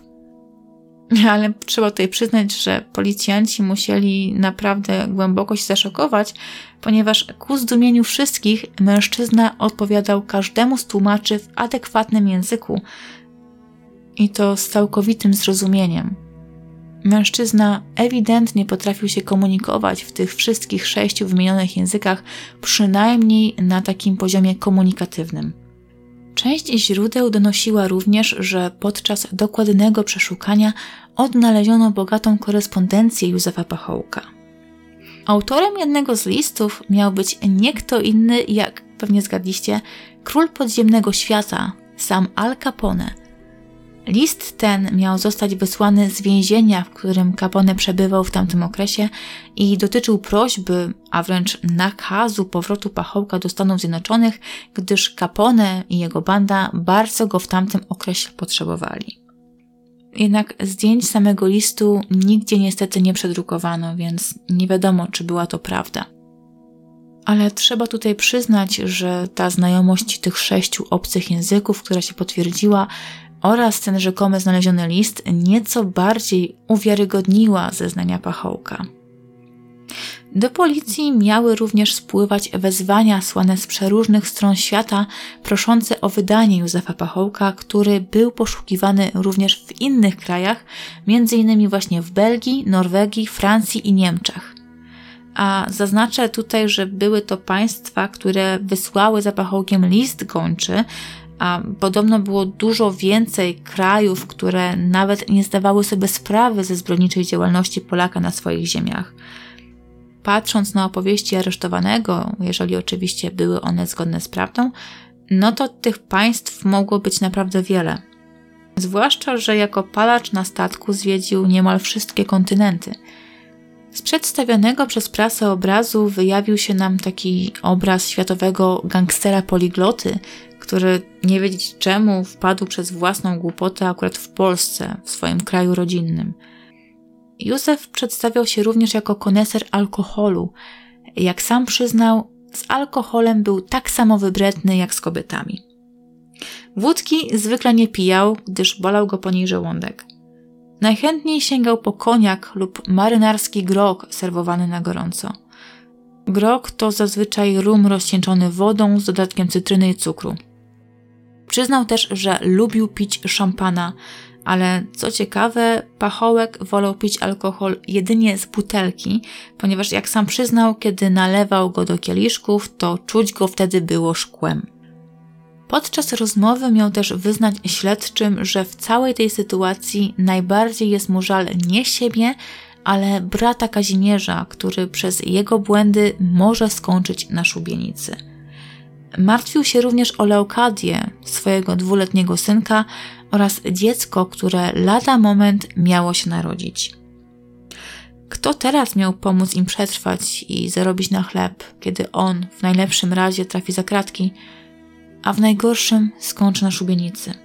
Ale trzeba tutaj przyznać, że policjanci musieli naprawdę głęboko się zaszokować, ponieważ ku zdumieniu wszystkich mężczyzna odpowiadał każdemu z tłumaczy w adekwatnym języku i to z całkowitym zrozumieniem. Mężczyzna ewidentnie potrafił się komunikować w tych wszystkich 6 wymienionych językach, przynajmniej na takim poziomie komunikatywnym. Część źródeł donosiła również, że podczas dokładnego przeszukania odnaleziono bogatą korespondencję Józefa Pachołka. Autorem jednego z listów miał być nie kto inny, jak pewnie zgadliście, król podziemnego świata, sam Al Capone. List ten miał zostać wysłany z więzienia, w którym Capone przebywał w tamtym okresie i dotyczył prośby, a wręcz nakazu powrotu Pachołka do Stanów Zjednoczonych, gdyż Capone i jego banda bardzo go w tamtym okresie potrzebowali. Jednak zdjęć samego listu nigdzie niestety nie przedrukowano, więc nie wiadomo, czy była to prawda. Ale trzeba tutaj przyznać, że ta znajomość tych 6 obcych języków, która się potwierdziła, oraz ten rzekomy znaleziony list nieco bardziej uwiarygodniła zeznania Pachołka. Do policji miały również spływać wezwania słane z przeróżnych stron świata proszące o wydanie Józefa Pachołka, który był poszukiwany również w innych krajach, m.in. właśnie w Belgii, Norwegii, Francji i Niemczech. A zaznaczę tutaj, że były to państwa, które wysłały za Pachołkiem list gończy, a podobno było dużo więcej krajów, które nawet nie zdawały sobie sprawy ze zbrodniczej działalności Polaka na swoich ziemiach. Patrząc na opowieści aresztowanego, jeżeli oczywiście były one zgodne z prawdą, no to tych państw mogło być naprawdę wiele. Zwłaszcza, że jako palacz na statku zwiedził niemal wszystkie kontynenty. Z przedstawionego przez prasę obrazu wyjawił się nam taki obraz światowego gangstera poligloty, który nie wiedzieć czemu wpadł przez własną głupotę akurat w Polsce, w swoim kraju rodzinnym. Józef przedstawiał się również jako koneser alkoholu. Jak sam przyznał, z alkoholem był tak samo wybredny jak z kobietami. Wódki zwykle nie pijał, gdyż bolał go po niej żołądek. Najchętniej sięgał po koniak lub marynarski grog serwowany na gorąco. Grog to zazwyczaj rum rozcieńczony wodą z dodatkiem cytryny i cukru. Przyznał też, że lubił pić szampana, ale co ciekawe, Pachołek wolał pić alkohol jedynie z butelki, ponieważ jak sam przyznał, kiedy nalewał go do kieliszków, to czuć go wtedy było szkłem. Podczas rozmowy miał też wyznać śledczym, że w całej tej sytuacji najbardziej jest mu żal nie siebie, ale brata Kazimierza, który przez jego błędy może skończyć na szubienicy. Martwił się również o Leokadię, swojego 2-letniego synka oraz dziecko, które lada moment miało się narodzić. Kto teraz miał pomóc im przetrwać i zarobić na chleb, kiedy on w najlepszym razie trafi za kratki, a w najgorszym skończy na szubienicy?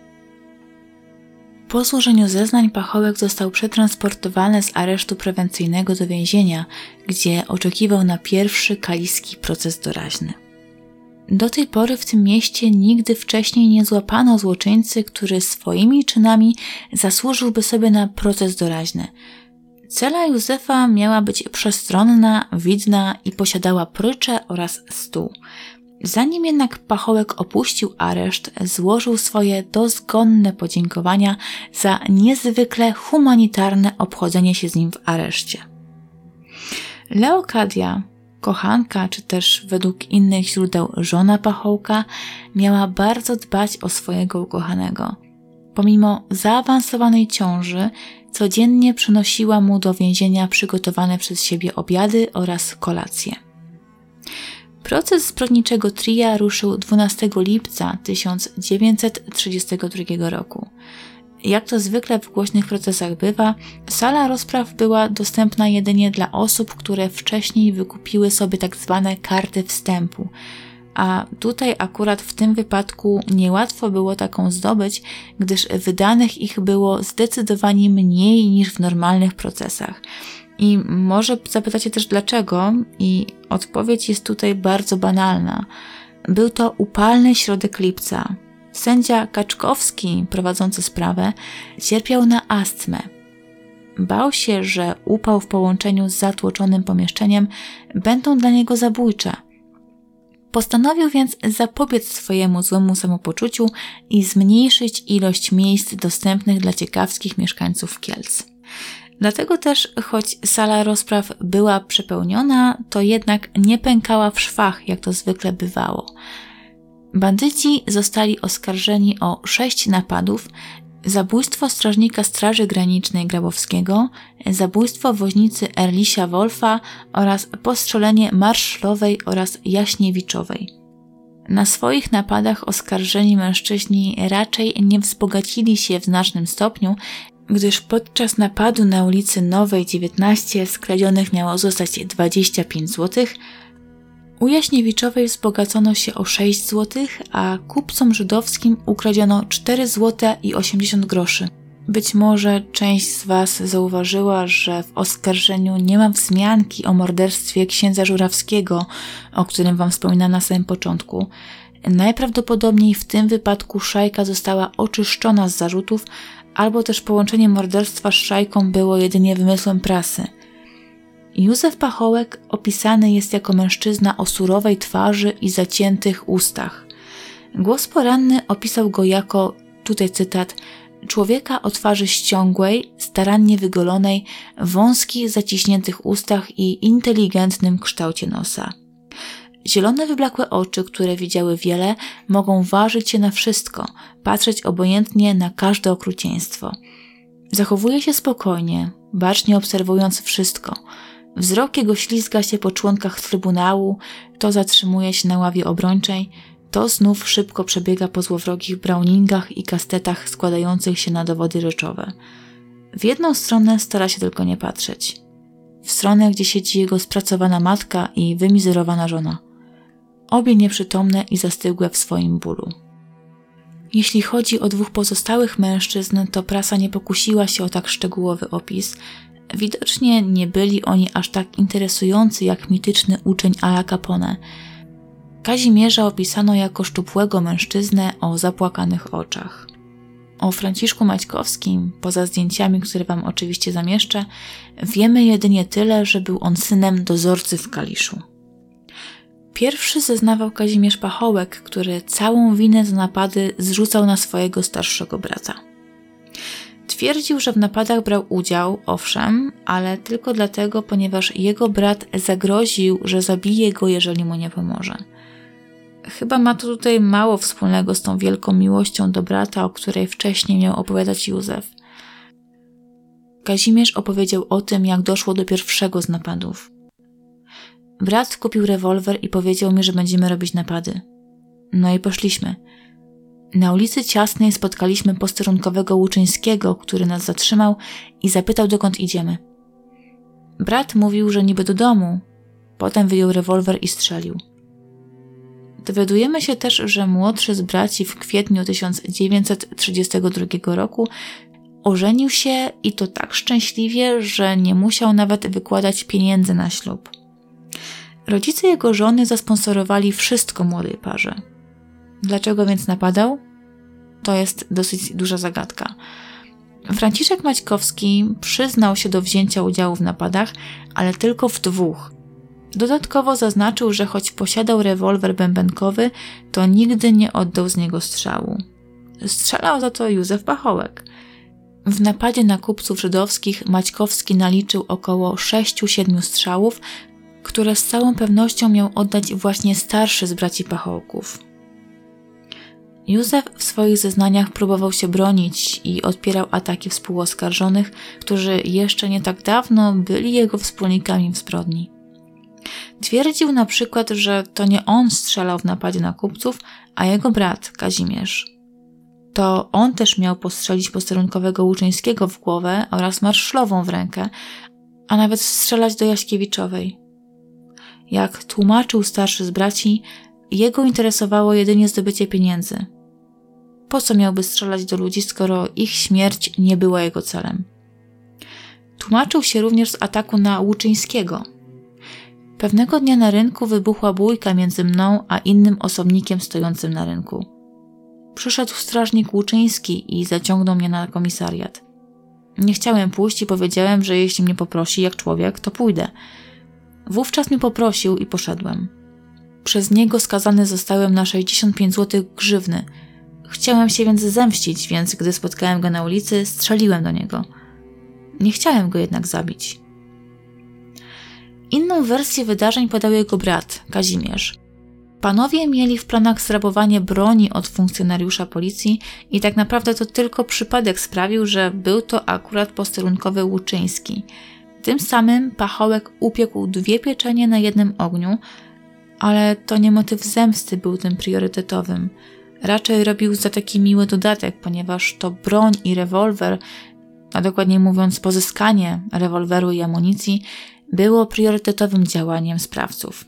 Po złożeniu zeznań Pachołek został przetransportowany z aresztu prewencyjnego do więzienia, gdzie oczekiwał na pierwszy kaliski proces doraźny. Do tej pory w tym mieście nigdy wcześniej nie złapano złoczyńcy, który swoimi czynami zasłużyłby sobie na proces doraźny. Cela Józefa miała być przestronna, widna i posiadała prycze oraz stół. Zanim jednak Pachołek opuścił areszt, złożył swoje dozgonne podziękowania za niezwykle humanitarne obchodzenie się z nim w areszcie. Leokadia, kochanka, czy też według innych źródeł żona Pachołka, miała bardzo dbać o swojego ukochanego. Pomimo zaawansowanej ciąży, codziennie przynosiła mu do więzienia przygotowane przez siebie obiady oraz kolacje. Proces zbrodniczego tria ruszył 12 lipca 1932 roku. Jak to zwykle w głośnych procesach bywa, sala rozpraw była dostępna jedynie dla osób, które wcześniej wykupiły sobie tak zwane karty wstępu, a tutaj akurat w tym wypadku niełatwo było taką zdobyć, gdyż wydanych ich było zdecydowanie mniej niż w normalnych procesach. I może zapytacie też dlaczego, i odpowiedź jest tutaj bardzo banalna. Był to upalny środek lipca. Sędzia Kaczkowski, prowadzący sprawę, cierpiał na astmę. Bał się, że upał w połączeniu z zatłoczonym pomieszczeniem będą dla niego zabójcze. Postanowił więc zapobiec swojemu złemu samopoczuciu i zmniejszyć ilość miejsc dostępnych dla ciekawskich mieszkańców Kielc. Dlatego też, choć sala rozpraw była przepełniona, to jednak nie pękała w szwach, jak to zwykle bywało. Bandyci zostali oskarżeni o 6 napadów, zabójstwo strażnika Straży Granicznej Grabowskiego, zabójstwo woźnicy Erlisia Wolfa oraz postrzelenie Marszlowej oraz Jaśniewiczowej. Na swoich napadach oskarżeni mężczyźni raczej nie wzbogacili się w znacznym stopniu, gdyż podczas napadu na ulicy Nowej 19 skradzionych miało zostać 25 zł, u Jaśniewiczowej wzbogacono się o 6 zł, a kupcom żydowskim ukradziono 4 zł i 80 groszy. Być może część z Was zauważyła, że w oskarżeniu nie ma wzmianki o morderstwie księdza Żurawskiego, o którym Wam wspominam na samym początku. Najprawdopodobniej w tym wypadku szajka została oczyszczona z zarzutów, albo też połączenie morderstwa z szajką było jedynie wymysłem prasy. Józef Pachołek opisany jest jako mężczyzna o surowej twarzy i zaciętych ustach. Głos poranny opisał go jako, tutaj cytat, człowieka o twarzy ściągłej, starannie wygolonej, wąskich, zaciśniętych ustach i inteligentnym kształcie nosa. Zielone, wyblakłe oczy, które widziały wiele, mogą ważyć się na wszystko, patrzeć obojętnie na każde okrucieństwo. Zachowuje się spokojnie, bacznie obserwując wszystko. Wzrok jego ślizga się po członkach trybunału, to zatrzymuje się na ławie obrończej, to znów szybko przebiega po złowrogich browningach i kastetach składających się na dowody rzeczowe. W jedną stronę stara się tylko nie patrzeć. W stronę, gdzie siedzi jego spracowana matka i wymizerowana żona. Obie nieprzytomne i zastygłe w swoim bólu. Jeśli chodzi o 2 pozostałych mężczyzn, to prasa nie pokusiła się o tak szczegółowy opis. Widocznie nie byli oni aż tak interesujący jak mityczny uczeń Ala Capone. Kazimierza opisano jako szczupłego mężczyznę o zapłakanych oczach. O Franciszku Maćkowskim, poza zdjęciami, które Wam oczywiście zamieszczę, wiemy jedynie tyle, że był on synem dozorcy w Kaliszu. Pierwszy zeznawał Kazimierz Pachołek, który całą winę za napady zrzucał na swojego starszego brata. Twierdził, że w napadach brał udział, owszem, ale tylko dlatego, ponieważ jego brat zagroził, że zabije go, jeżeli mu nie pomoże. Chyba ma to tutaj mało wspólnego z tą wielką miłością do brata, o której wcześniej miał opowiadać Józef. Kazimierz opowiedział o tym, jak doszło do pierwszego z napadów. Brat kupił rewolwer i powiedział mi, że będziemy robić napady. No i poszliśmy. Na ulicy Ciasnej spotkaliśmy posterunkowego Łuczyńskiego, który nas zatrzymał i zapytał, dokąd idziemy. Brat mówił, że niby do domu. Potem wyjął rewolwer i strzelił. Dowiadujemy się też, że młodszy z braci w kwietniu 1932 roku ożenił się i to tak szczęśliwie, że nie musiał nawet wykładać pieniędzy na ślub. Rodzice jego żony zasponsorowali wszystko młodej parze. Dlaczego więc napadał? To jest dosyć duża zagadka. Franciszek Maćkowski przyznał się do wzięcia udziału w napadach, ale tylko w 2. Dodatkowo zaznaczył, że choć posiadał rewolwer bębenkowy, to nigdy nie oddał z niego strzału. Strzelał za to Józef Pachołek. W napadzie na kupców żydowskich Maćkowski naliczył około 6-7 strzałów, które z całą pewnością miał oddać właśnie starszy z braci Pachołków. Józef w swoich zeznaniach próbował się bronić i odpierał ataki współoskarżonych, którzy jeszcze nie tak dawno byli jego wspólnikami w zbrodni. Twierdził na przykład, że to nie on strzelał w napadzie na kupców, a jego brat Kazimierz. To on też miał postrzelić posterunkowego Łuczyńskiego w głowę oraz Marszlową w rękę, a nawet strzelać do Jaśkiewiczowej. Jak tłumaczył starszy z braci, jego interesowało jedynie zdobycie pieniędzy. Po co miałby strzelać do ludzi, skoro ich śmierć nie była jego celem? Tłumaczył się również z ataku na Łuczyńskiego. Pewnego dnia na rynku wybuchła bójka między mną a innym osobnikiem stojącym na rynku. Przyszedł strażnik Łuczyński i zaciągnął mnie na komisariat. Nie chciałem pójść i powiedziałem, że jeśli mnie poprosi jak człowiek, to pójdę. Wówczas mnie poprosił i poszedłem. Przez niego skazany zostałem na 65 zł grzywny. Chciałem się więc zemścić, więc gdy spotkałem go na ulicy, strzeliłem do niego. Nie chciałem go jednak zabić. Inną wersję wydarzeń podał jego brat, Kazimierz. Panowie mieli w planach zrabowanie broni od funkcjonariusza policji i tak naprawdę to tylko przypadek sprawił, że był to akurat posterunkowy Łuczyński. Tym samym Pachołek upiekł 2 pieczenie na jednym ogniu, ale to nie motyw zemsty był tym priorytetowym. Raczej robił za taki miły dodatek, ponieważ to broń i rewolwer, a dokładniej mówiąc pozyskanie rewolweru i amunicji, było priorytetowym działaniem sprawców.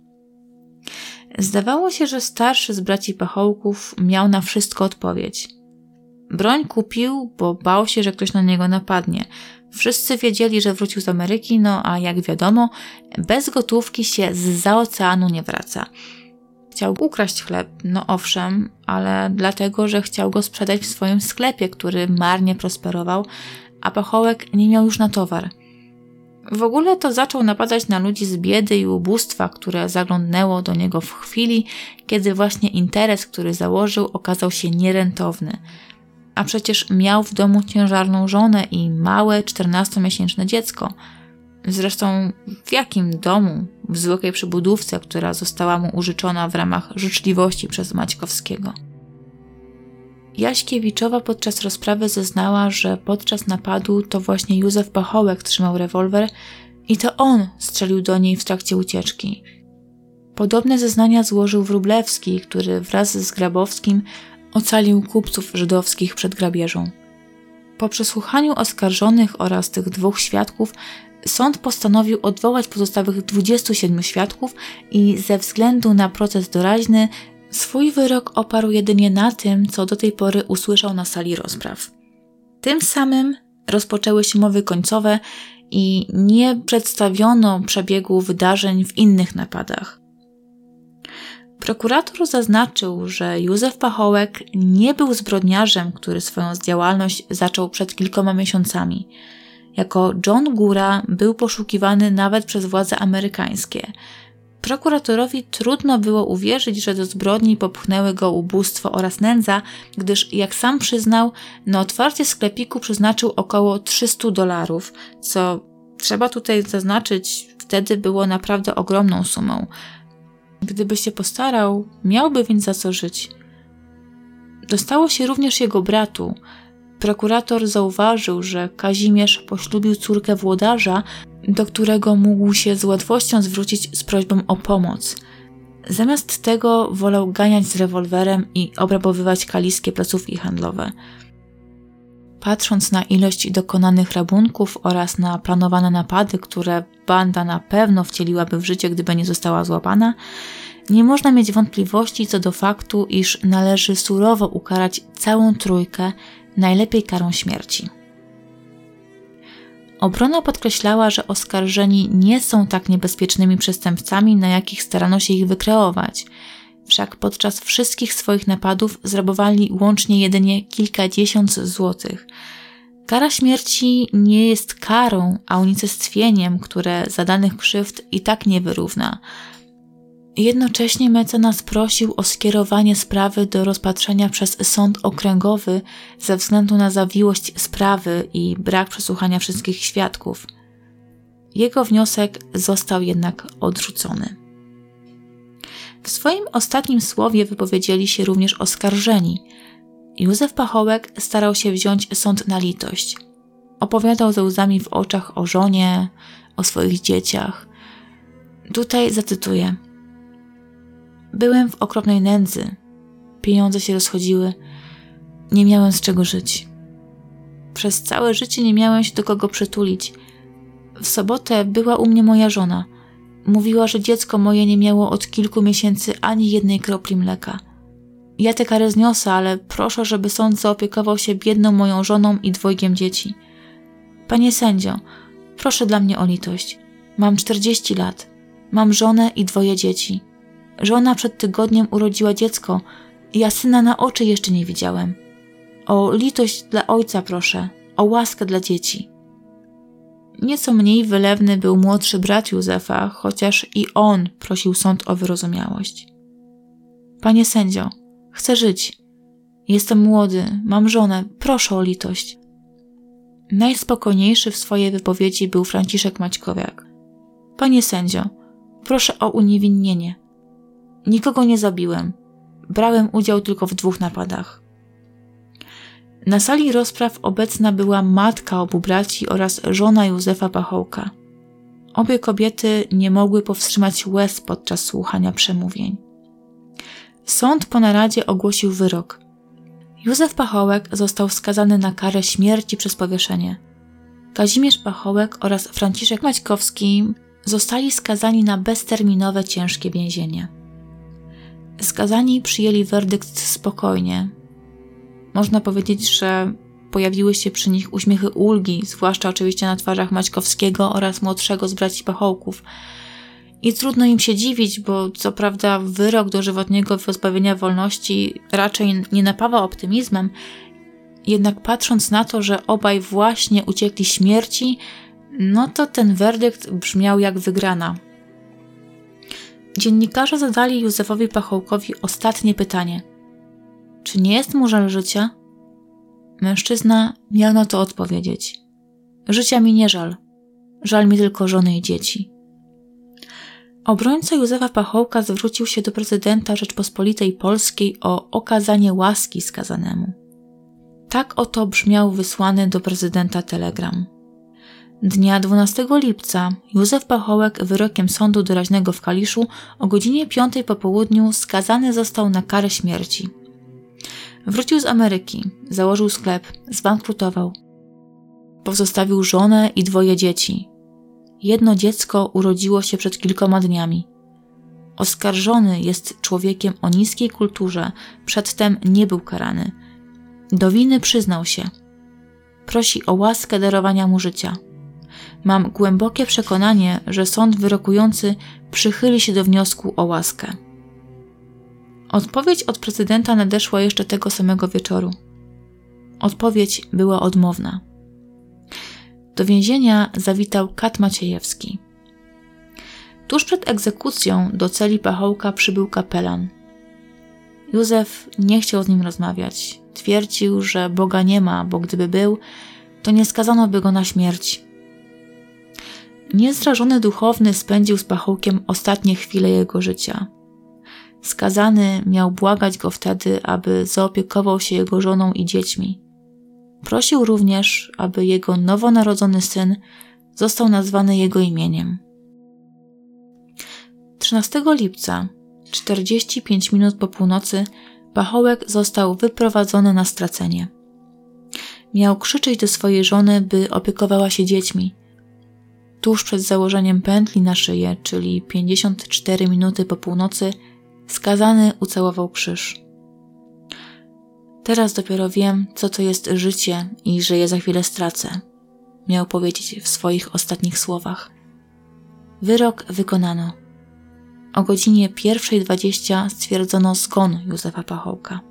Zdawało się, że starszy z braci Pachołków miał na wszystko odpowiedź. Broń kupił, bo bał się, że ktoś na niego napadnie. Wszyscy wiedzieli, że wrócił z Ameryki, a jak wiadomo, bez gotówki się zza oceanu nie wraca. Chciał ukraść chleb, owszem, ale dlatego, że chciał go sprzedać w swoim sklepie, który marnie prosperował, a Pachołek nie miał już na towar. W ogóle to zaczął napadać na ludzi z biedy i ubóstwa, które zaglądnęło do niego w chwili, kiedy właśnie interes, który założył, okazał się nierentowny. A przecież miał w domu ciężarną żonę i małe 14-miesięczne dziecko. Zresztą w jakim domu? W zwykłej przybudówce, która została mu użyczona w ramach życzliwości przez Maćkowskiego. Jaśkiewiczowa podczas rozprawy zeznała, że podczas napadu to właśnie Józef Pachołek trzymał rewolwer i to on strzelił do niej w trakcie ucieczki. Podobne zeznania złożył Wróblewski, który wraz z Grabowskim ocalił kupców żydowskich przed grabieżą. Po przesłuchaniu oskarżonych oraz tych 2 świadków sąd postanowił odwołać pozostałych 27 świadków i ze względu na proces doraźny swój wyrok oparł jedynie na tym, co do tej pory usłyszał na sali rozpraw. Tym samym rozpoczęły się mowy końcowe i nie przedstawiono przebiegu wydarzeń w innych napadach. Prokurator zaznaczył, że Józef Pachołek nie był zbrodniarzem, który swoją działalność zaczął przed kilkoma miesiącami. Jako John Góra był poszukiwany nawet przez władze amerykańskie. Prokuratorowi trudno było uwierzyć, że do zbrodni popchnęły go ubóstwo oraz nędza, gdyż, jak sam przyznał, na otwarcie sklepiku przeznaczył około $300, co trzeba tutaj zaznaczyć, wtedy było naprawdę ogromną sumą. Gdyby się postarał, miałby więc za co żyć. Dostało się również jego bratu. Prokurator zauważył, że Kazimierz poślubił córkę włodarza, do którego mógł się z łatwością zwrócić z prośbą o pomoc. Zamiast tego wolał ganiać z rewolwerem i obrabowywać kaliskie placówki handlowe. Patrząc na ilość dokonanych rabunków oraz na planowane napady, które banda na pewno wcieliłaby w życie, gdyby nie została złapana, nie można mieć wątpliwości co do faktu, iż należy surowo ukarać całą trójkę, najlepiej karą śmierci. Obrona podkreślała, że oskarżeni nie są tak niebezpiecznymi przestępcami, na jakich starano się ich wykreować. Wszak podczas wszystkich swoich napadów zrabowali łącznie jedynie kilkadziesiąt złotych. Kara śmierci nie jest karą, a unicestwieniem, które zadanych krzywd i tak nie wyrówna. Jednocześnie mecenas prosił o skierowanie sprawy do rozpatrzenia przez sąd okręgowy ze względu na zawiłość sprawy i brak przesłuchania wszystkich świadków. Jego wniosek został jednak odrzucony. W swoim ostatnim słowie wypowiedzieli się również oskarżeni. Józef Pachołek starał się wziąć sąd na litość. Opowiadał ze łzami w oczach o żonie, o swoich dzieciach. Tutaj zacytuję. Byłem w okropnej nędzy. Pieniądze się rozchodziły. Nie miałem z czego żyć. Przez całe życie nie miałem się do kogo przytulić. W sobotę była u mnie moja żona. Mówiła, że dziecko moje nie miało od kilku miesięcy ani jednej kropli mleka. Ja tę karę zniosę, ale proszę, żeby sąd zaopiekował się biedną moją żoną i 2 dzieci. Panie sędzio, proszę dla mnie o litość. Mam 40 lat. Mam żonę i 2 dzieci. Żona przed tygodniem urodziła dziecko. Ja syna na oczy jeszcze nie widziałem. O litość dla ojca proszę. O łaskę dla dzieci. Nieco mniej wylewny był młodszy brat Józefa, chociaż i on prosił sąd o wyrozumiałość. Panie sędzio, chcę żyć. Jestem młody, mam żonę, proszę o litość. Najspokojniejszy w swojej wypowiedzi był Franciszek Maćkowiak. Panie sędzio, proszę o uniewinnienie. Nikogo nie zabiłem. Brałem udział tylko w 2 napadach. Na sali rozpraw obecna była matka obu braci oraz żona Józefa Pachołka. Obie kobiety nie mogły powstrzymać łez podczas słuchania przemówień. Sąd po naradzie ogłosił wyrok. Józef Pachołek został skazany na karę śmierci przez powieszenie. Kazimierz Pachołek oraz Franciszek Maćkowski zostali skazani na bezterminowe ciężkie więzienie. Skazani przyjęli werdykt spokojnie. Można powiedzieć, że pojawiły się przy nich uśmiechy ulgi, zwłaszcza oczywiście na twarzach Maćkowskiego oraz młodszego z braci Pachołków. I trudno im się dziwić, bo co prawda wyrok dożywotniego pozbawienia wolności raczej nie napawa optymizmem, jednak patrząc na to, że obaj właśnie uciekli śmierci, no to ten werdykt brzmiał jak wygrana. Dziennikarze zadali Józefowi Pachołkowi ostatnie pytanie. Czy nie jest mu żal życia? Mężczyzna miał na to odpowiedzieć. Życia mi nie żal. Żal mi tylko żony i dzieci. Obrońca Józefa Pachołka zwrócił się do prezydenta Rzeczpospolitej Polskiej o okazanie łaski skazanemu. Tak oto brzmiał wysłany do prezydenta telegram. Dnia 12 lipca Józef Pachołek wyrokiem sądu doraźnego w Kaliszu o godzinie 5 po południu skazany został na karę śmierci. Wrócił z Ameryki, założył sklep, zbankrutował. Pozostawił żonę i 2 dzieci. 1 dziecko urodziło się przed kilkoma dniami. Oskarżony jest człowiekiem o niskiej kulturze, przedtem nie był karany. Do winy przyznał się. Prosi o łaskę darowania mu życia. Mam głębokie przekonanie, że sąd wyrokujący przychyli się do wniosku o łaskę. Odpowiedź od prezydenta nadeszła jeszcze tego samego wieczoru. Odpowiedź była odmowna. Do więzienia zawitał kat Maciejewski. Tuż przed egzekucją do celi Pachołka przybył kapelan. Józef nie chciał z nim rozmawiać. Twierdził, że Boga nie ma, bo gdyby był, to nie skazano by go na śmierć. Niezrażony duchowny spędził z Pachołkiem ostatnie chwile jego życia. Skazany miał błagać go wtedy, aby zaopiekował się jego żoną i dziećmi. Prosił również, aby jego nowonarodzony syn został nazwany jego imieniem. 13 lipca, 45 minut po północy, Pachołek został wyprowadzony na stracenie. Miał krzyczeć do swojej żony, by opiekowała się dziećmi. Tuż przed założeniem pętli na szyję, czyli 54 minuty po północy, skazany ucałował krzyż. Teraz dopiero wiem, co to jest życie i że je za chwilę stracę, miał powiedzieć w swoich ostatnich słowach. Wyrok wykonano. O godzinie 1:20 stwierdzono zgon Józefa Pachołka.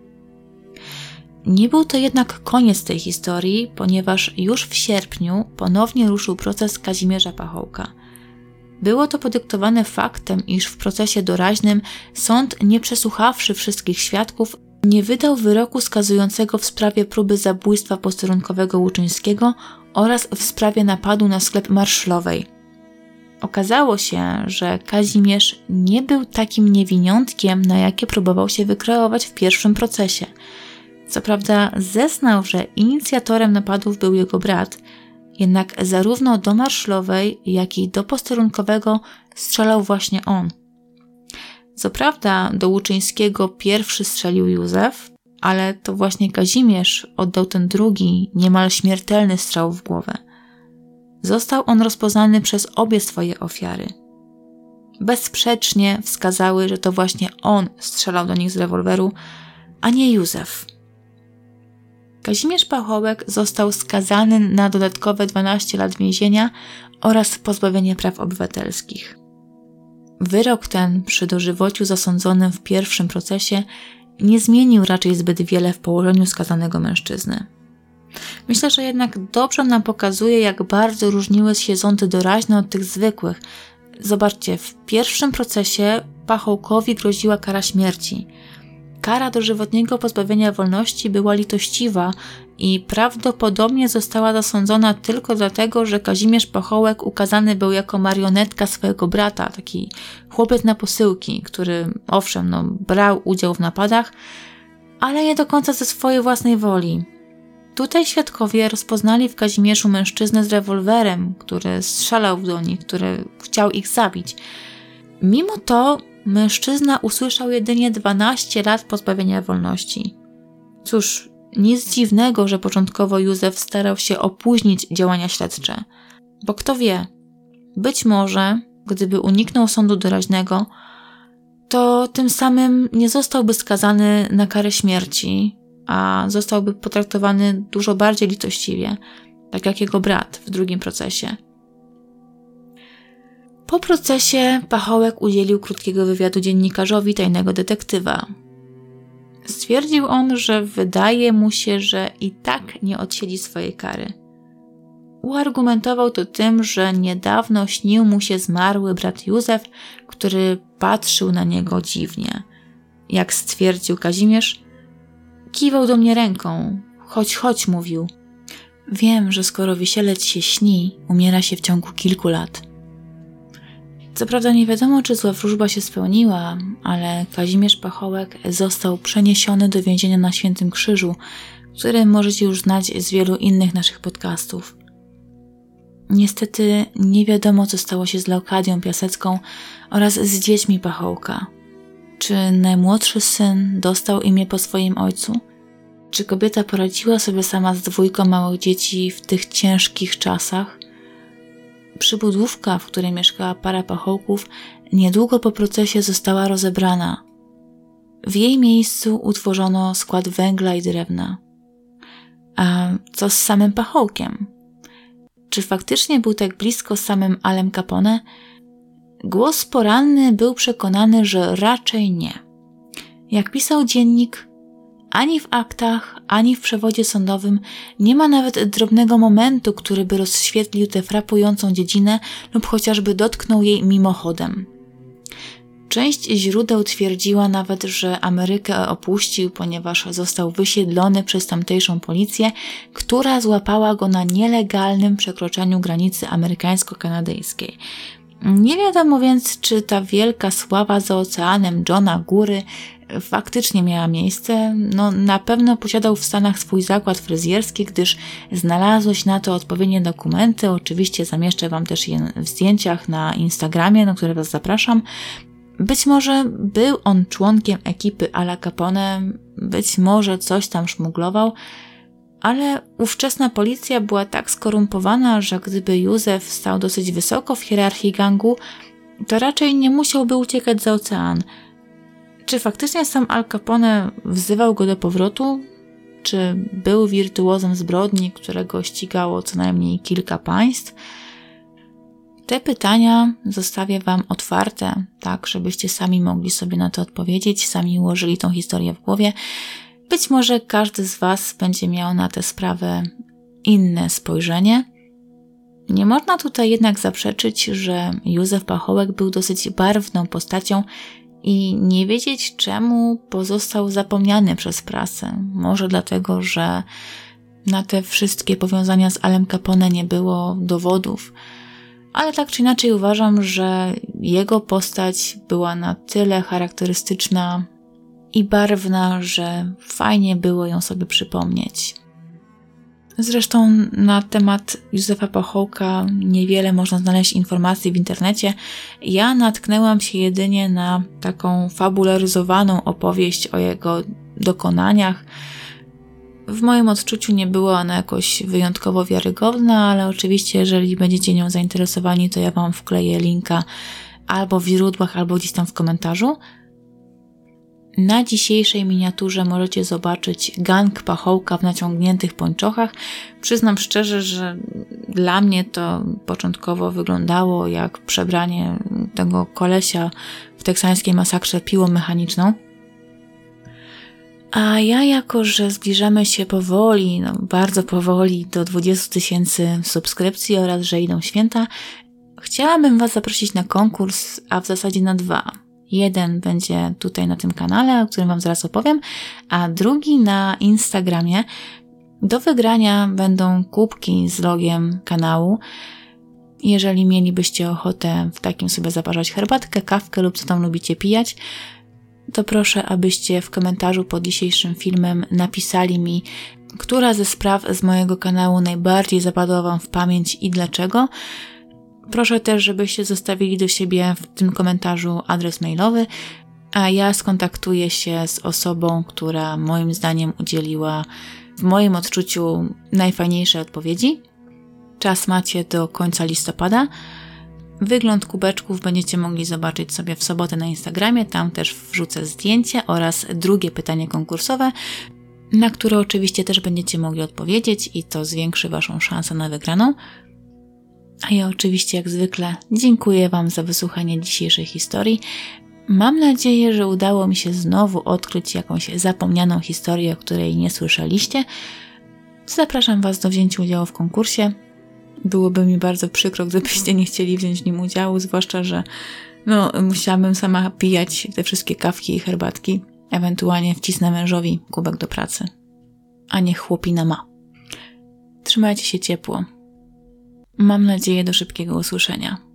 Nie był to jednak koniec tej historii, ponieważ już w sierpniu ponownie ruszył proces Kazimierza Pachołka. Było to podyktowane faktem, iż w procesie doraźnym sąd, nie przesłuchawszy wszystkich świadków, nie wydał wyroku skazującego w sprawie próby zabójstwa posterunkowego Łuczyńskiego oraz w sprawie napadu na sklep Marszlowej. Okazało się, że Kazimierz nie był takim niewiniątkiem, na jakie próbował się wykreować w pierwszym procesie. Co prawda zeznał, że inicjatorem napadów był jego brat, jednak zarówno do Marszlowej, jak i do posterunkowego strzelał właśnie on. Co prawda do Łuczyńskiego pierwszy strzelił Józef, ale to właśnie Kazimierz oddał ten drugi, niemal śmiertelny strzał w głowę. Został on rozpoznany przez obie swoje ofiary. Bezsprzecznie wskazały, że to właśnie on strzelał do nich z rewolweru, a nie Józef. Kazimierz Pachołek został skazany na dodatkowe 12 lat więzienia oraz pozbawienie praw obywatelskich. Wyrok ten przy dożywociu zasądzonym w pierwszym procesie nie zmienił raczej zbyt wiele w położeniu skazanego mężczyzny. Myślę, że jednak dobrze nam pokazuje, jak bardzo różniły się sądy doraźne od tych zwykłych. Zobaczcie, w pierwszym procesie Pachołkowi groziła kara śmierci. kara dożywotniego pozbawienia wolności była litościwa i prawdopodobnie została zasądzona tylko dlatego, że Kazimierz Pachołek ukazany był jako marionetka swojego brata, taki chłopiec na posyłki, który owszem, brał udział w napadach, ale nie do końca ze swojej własnej woli. Tutaj świadkowie rozpoznali w Kazimierzu mężczyznę z rewolwerem, który strzelał do nich, który chciał ich zabić. Mimo to mężczyzna usłyszał jedynie 12 lat pozbawienia wolności. Cóż, nic dziwnego, że początkowo Józef starał się opóźnić działania śledcze. Bo kto wie, być może, gdyby uniknął sądu doraźnego, to tym samym nie zostałby skazany na karę śmierci, a zostałby potraktowany dużo bardziej litościwie, tak jak jego brat w drugim procesie. Po procesie Pachołek udzielił krótkiego wywiadu dziennikarzowi Tajnego Detektywa. Stwierdził on, że wydaje mu się, że i tak nie odsiedzi swojej kary. Uargumentował to tym, że niedawno śnił mu się zmarły brat Józef, który patrzył na niego dziwnie. Jak stwierdził Kazimierz, kiwał do mnie ręką. Chodź, mówił. Wiem, że skoro wisielec się śni, umiera się w ciągu kilku lat. Co prawda nie wiadomo, czy zła wróżba się spełniła, ale Kazimierz Pachołek został przeniesiony do więzienia na Świętym Krzyżu, które możecie już znać z wielu innych naszych podcastów. Niestety nie wiadomo, co stało się z Leokadią Piasecką oraz z dziećmi Pachołka. Czy najmłodszy syn dostał imię po swoim ojcu? Czy kobieta poradziła sobie sama z 2 małych dzieci w tych ciężkich czasach? Przybudówka, w której mieszkała para Pachołków, niedługo po procesie została rozebrana. W jej miejscu utworzono skład węgla i drewna. A co z samym Pachołkiem? Czy faktycznie był tak blisko z samym Alem Capone? Głos poranny był przekonany, że raczej nie. Jak pisał dziennik, ani w aktach, ani w przewodzie sądowym nie ma nawet drobnego momentu, który by rozświetlił tę frapującą dziedzinę lub chociażby dotknął jej mimochodem. Część źródeł twierdziła nawet, że Amerykę opuścił, ponieważ został wysiedlony przez tamtejszą policję, która złapała go na nielegalnym przekroczeniu granicy amerykańsko-kanadyjskiej. Nie wiadomo więc, czy ta wielka sława za oceanem Johna Góry faktycznie miała miejsce. Na pewno posiadał w Stanach swój zakład fryzjerski, gdyż znalazłeś na to odpowiednie dokumenty. Oczywiście zamieszczę Wam też je w zdjęciach na Instagramie, na które Was zapraszam. Być może był on członkiem ekipy Ala Capone, być może coś tam szmuglował, ale ówczesna policja była tak skorumpowana, że gdyby Józef stał dosyć wysoko w hierarchii gangu, to raczej nie musiałby uciekać za ocean. Czy faktycznie sam Al Capone wzywał go do powrotu? Czy był wirtuozem zbrodni, którego ścigało co najmniej kilka państw? Te pytania zostawię Wam otwarte, tak żebyście sami mogli sobie na to odpowiedzieć, sami ułożyli tą historię w głowie. Być może każdy z Was będzie miał na tę sprawę inne spojrzenie. Nie można tutaj jednak zaprzeczyć, że Józef Pachołek był dosyć barwną postacią i nie wiedzieć czemu pozostał zapomniany przez prasę. Może dlatego, że na te wszystkie powiązania z Alem Capone nie było dowodów. Ale tak czy inaczej uważam, że jego postać była na tyle charakterystyczna i barwna, że fajnie było ją sobie przypomnieć. Zresztą na temat Józefa Pachołka niewiele można znaleźć informacji w internecie. Ja natknęłam się jedynie na taką fabularyzowaną opowieść o jego dokonaniach. W moim odczuciu nie była ona jakoś wyjątkowo wiarygodna, ale oczywiście jeżeli będziecie nią zainteresowani, to ja Wam wkleję linka albo w źródłach, albo gdzieś tam w komentarzu. Na dzisiejszej miniaturze możecie zobaczyć gang Pachołka w naciągniętych pończochach. Przyznam szczerze, że dla mnie to początkowo wyglądało jak przebranie tego kolesia w teksańskiej masakrze piłą mechaniczną. A ja, jako że zbliżamy się powoli, bardzo powoli do 20 000 subskrypcji oraz że idą święta, chciałabym Was zaprosić na konkurs, a w zasadzie na 2. Jeden będzie tutaj na tym kanale, o którym Wam zaraz opowiem, a drugi na Instagramie. Do wygrania będą kubki z logiem kanału. Jeżeli mielibyście ochotę w takim sobie zaparzać herbatkę, kawkę lub co tam lubicie pijać, to proszę, abyście w komentarzu pod dzisiejszym filmem napisali mi, która ze spraw z mojego kanału najbardziej zapadła Wam w pamięć i dlaczego. Proszę też, żebyście zostawili do siebie w tym komentarzu adres mailowy, a ja skontaktuję się z osobą, która moim zdaniem udzieliła w moim odczuciu najfajniejszej odpowiedzi. Czas macie do końca listopada. Wygląd kubeczków będziecie mogli zobaczyć sobie w sobotę na Instagramie, tam też wrzucę zdjęcie oraz drugie pytanie konkursowe, na które oczywiście też będziecie mogli odpowiedzieć i to zwiększy Waszą szansę na wygraną. A ja oczywiście jak zwykle dziękuję Wam za wysłuchanie dzisiejszej historii. Mam nadzieję, że udało mi się znowu odkryć jakąś zapomnianą historię, o której nie słyszeliście. Zapraszam Was do wzięcia udziału w konkursie. Byłoby mi bardzo przykro, gdybyście nie chcieli wziąć w nim udziału, zwłaszcza, że musiałabym sama pijać te wszystkie kawki i herbatki. Ewentualnie wcisnę mężowi kubek do pracy. A niech chłopina ma. Trzymajcie się ciepło. Mam nadzieję do szybkiego usłyszenia.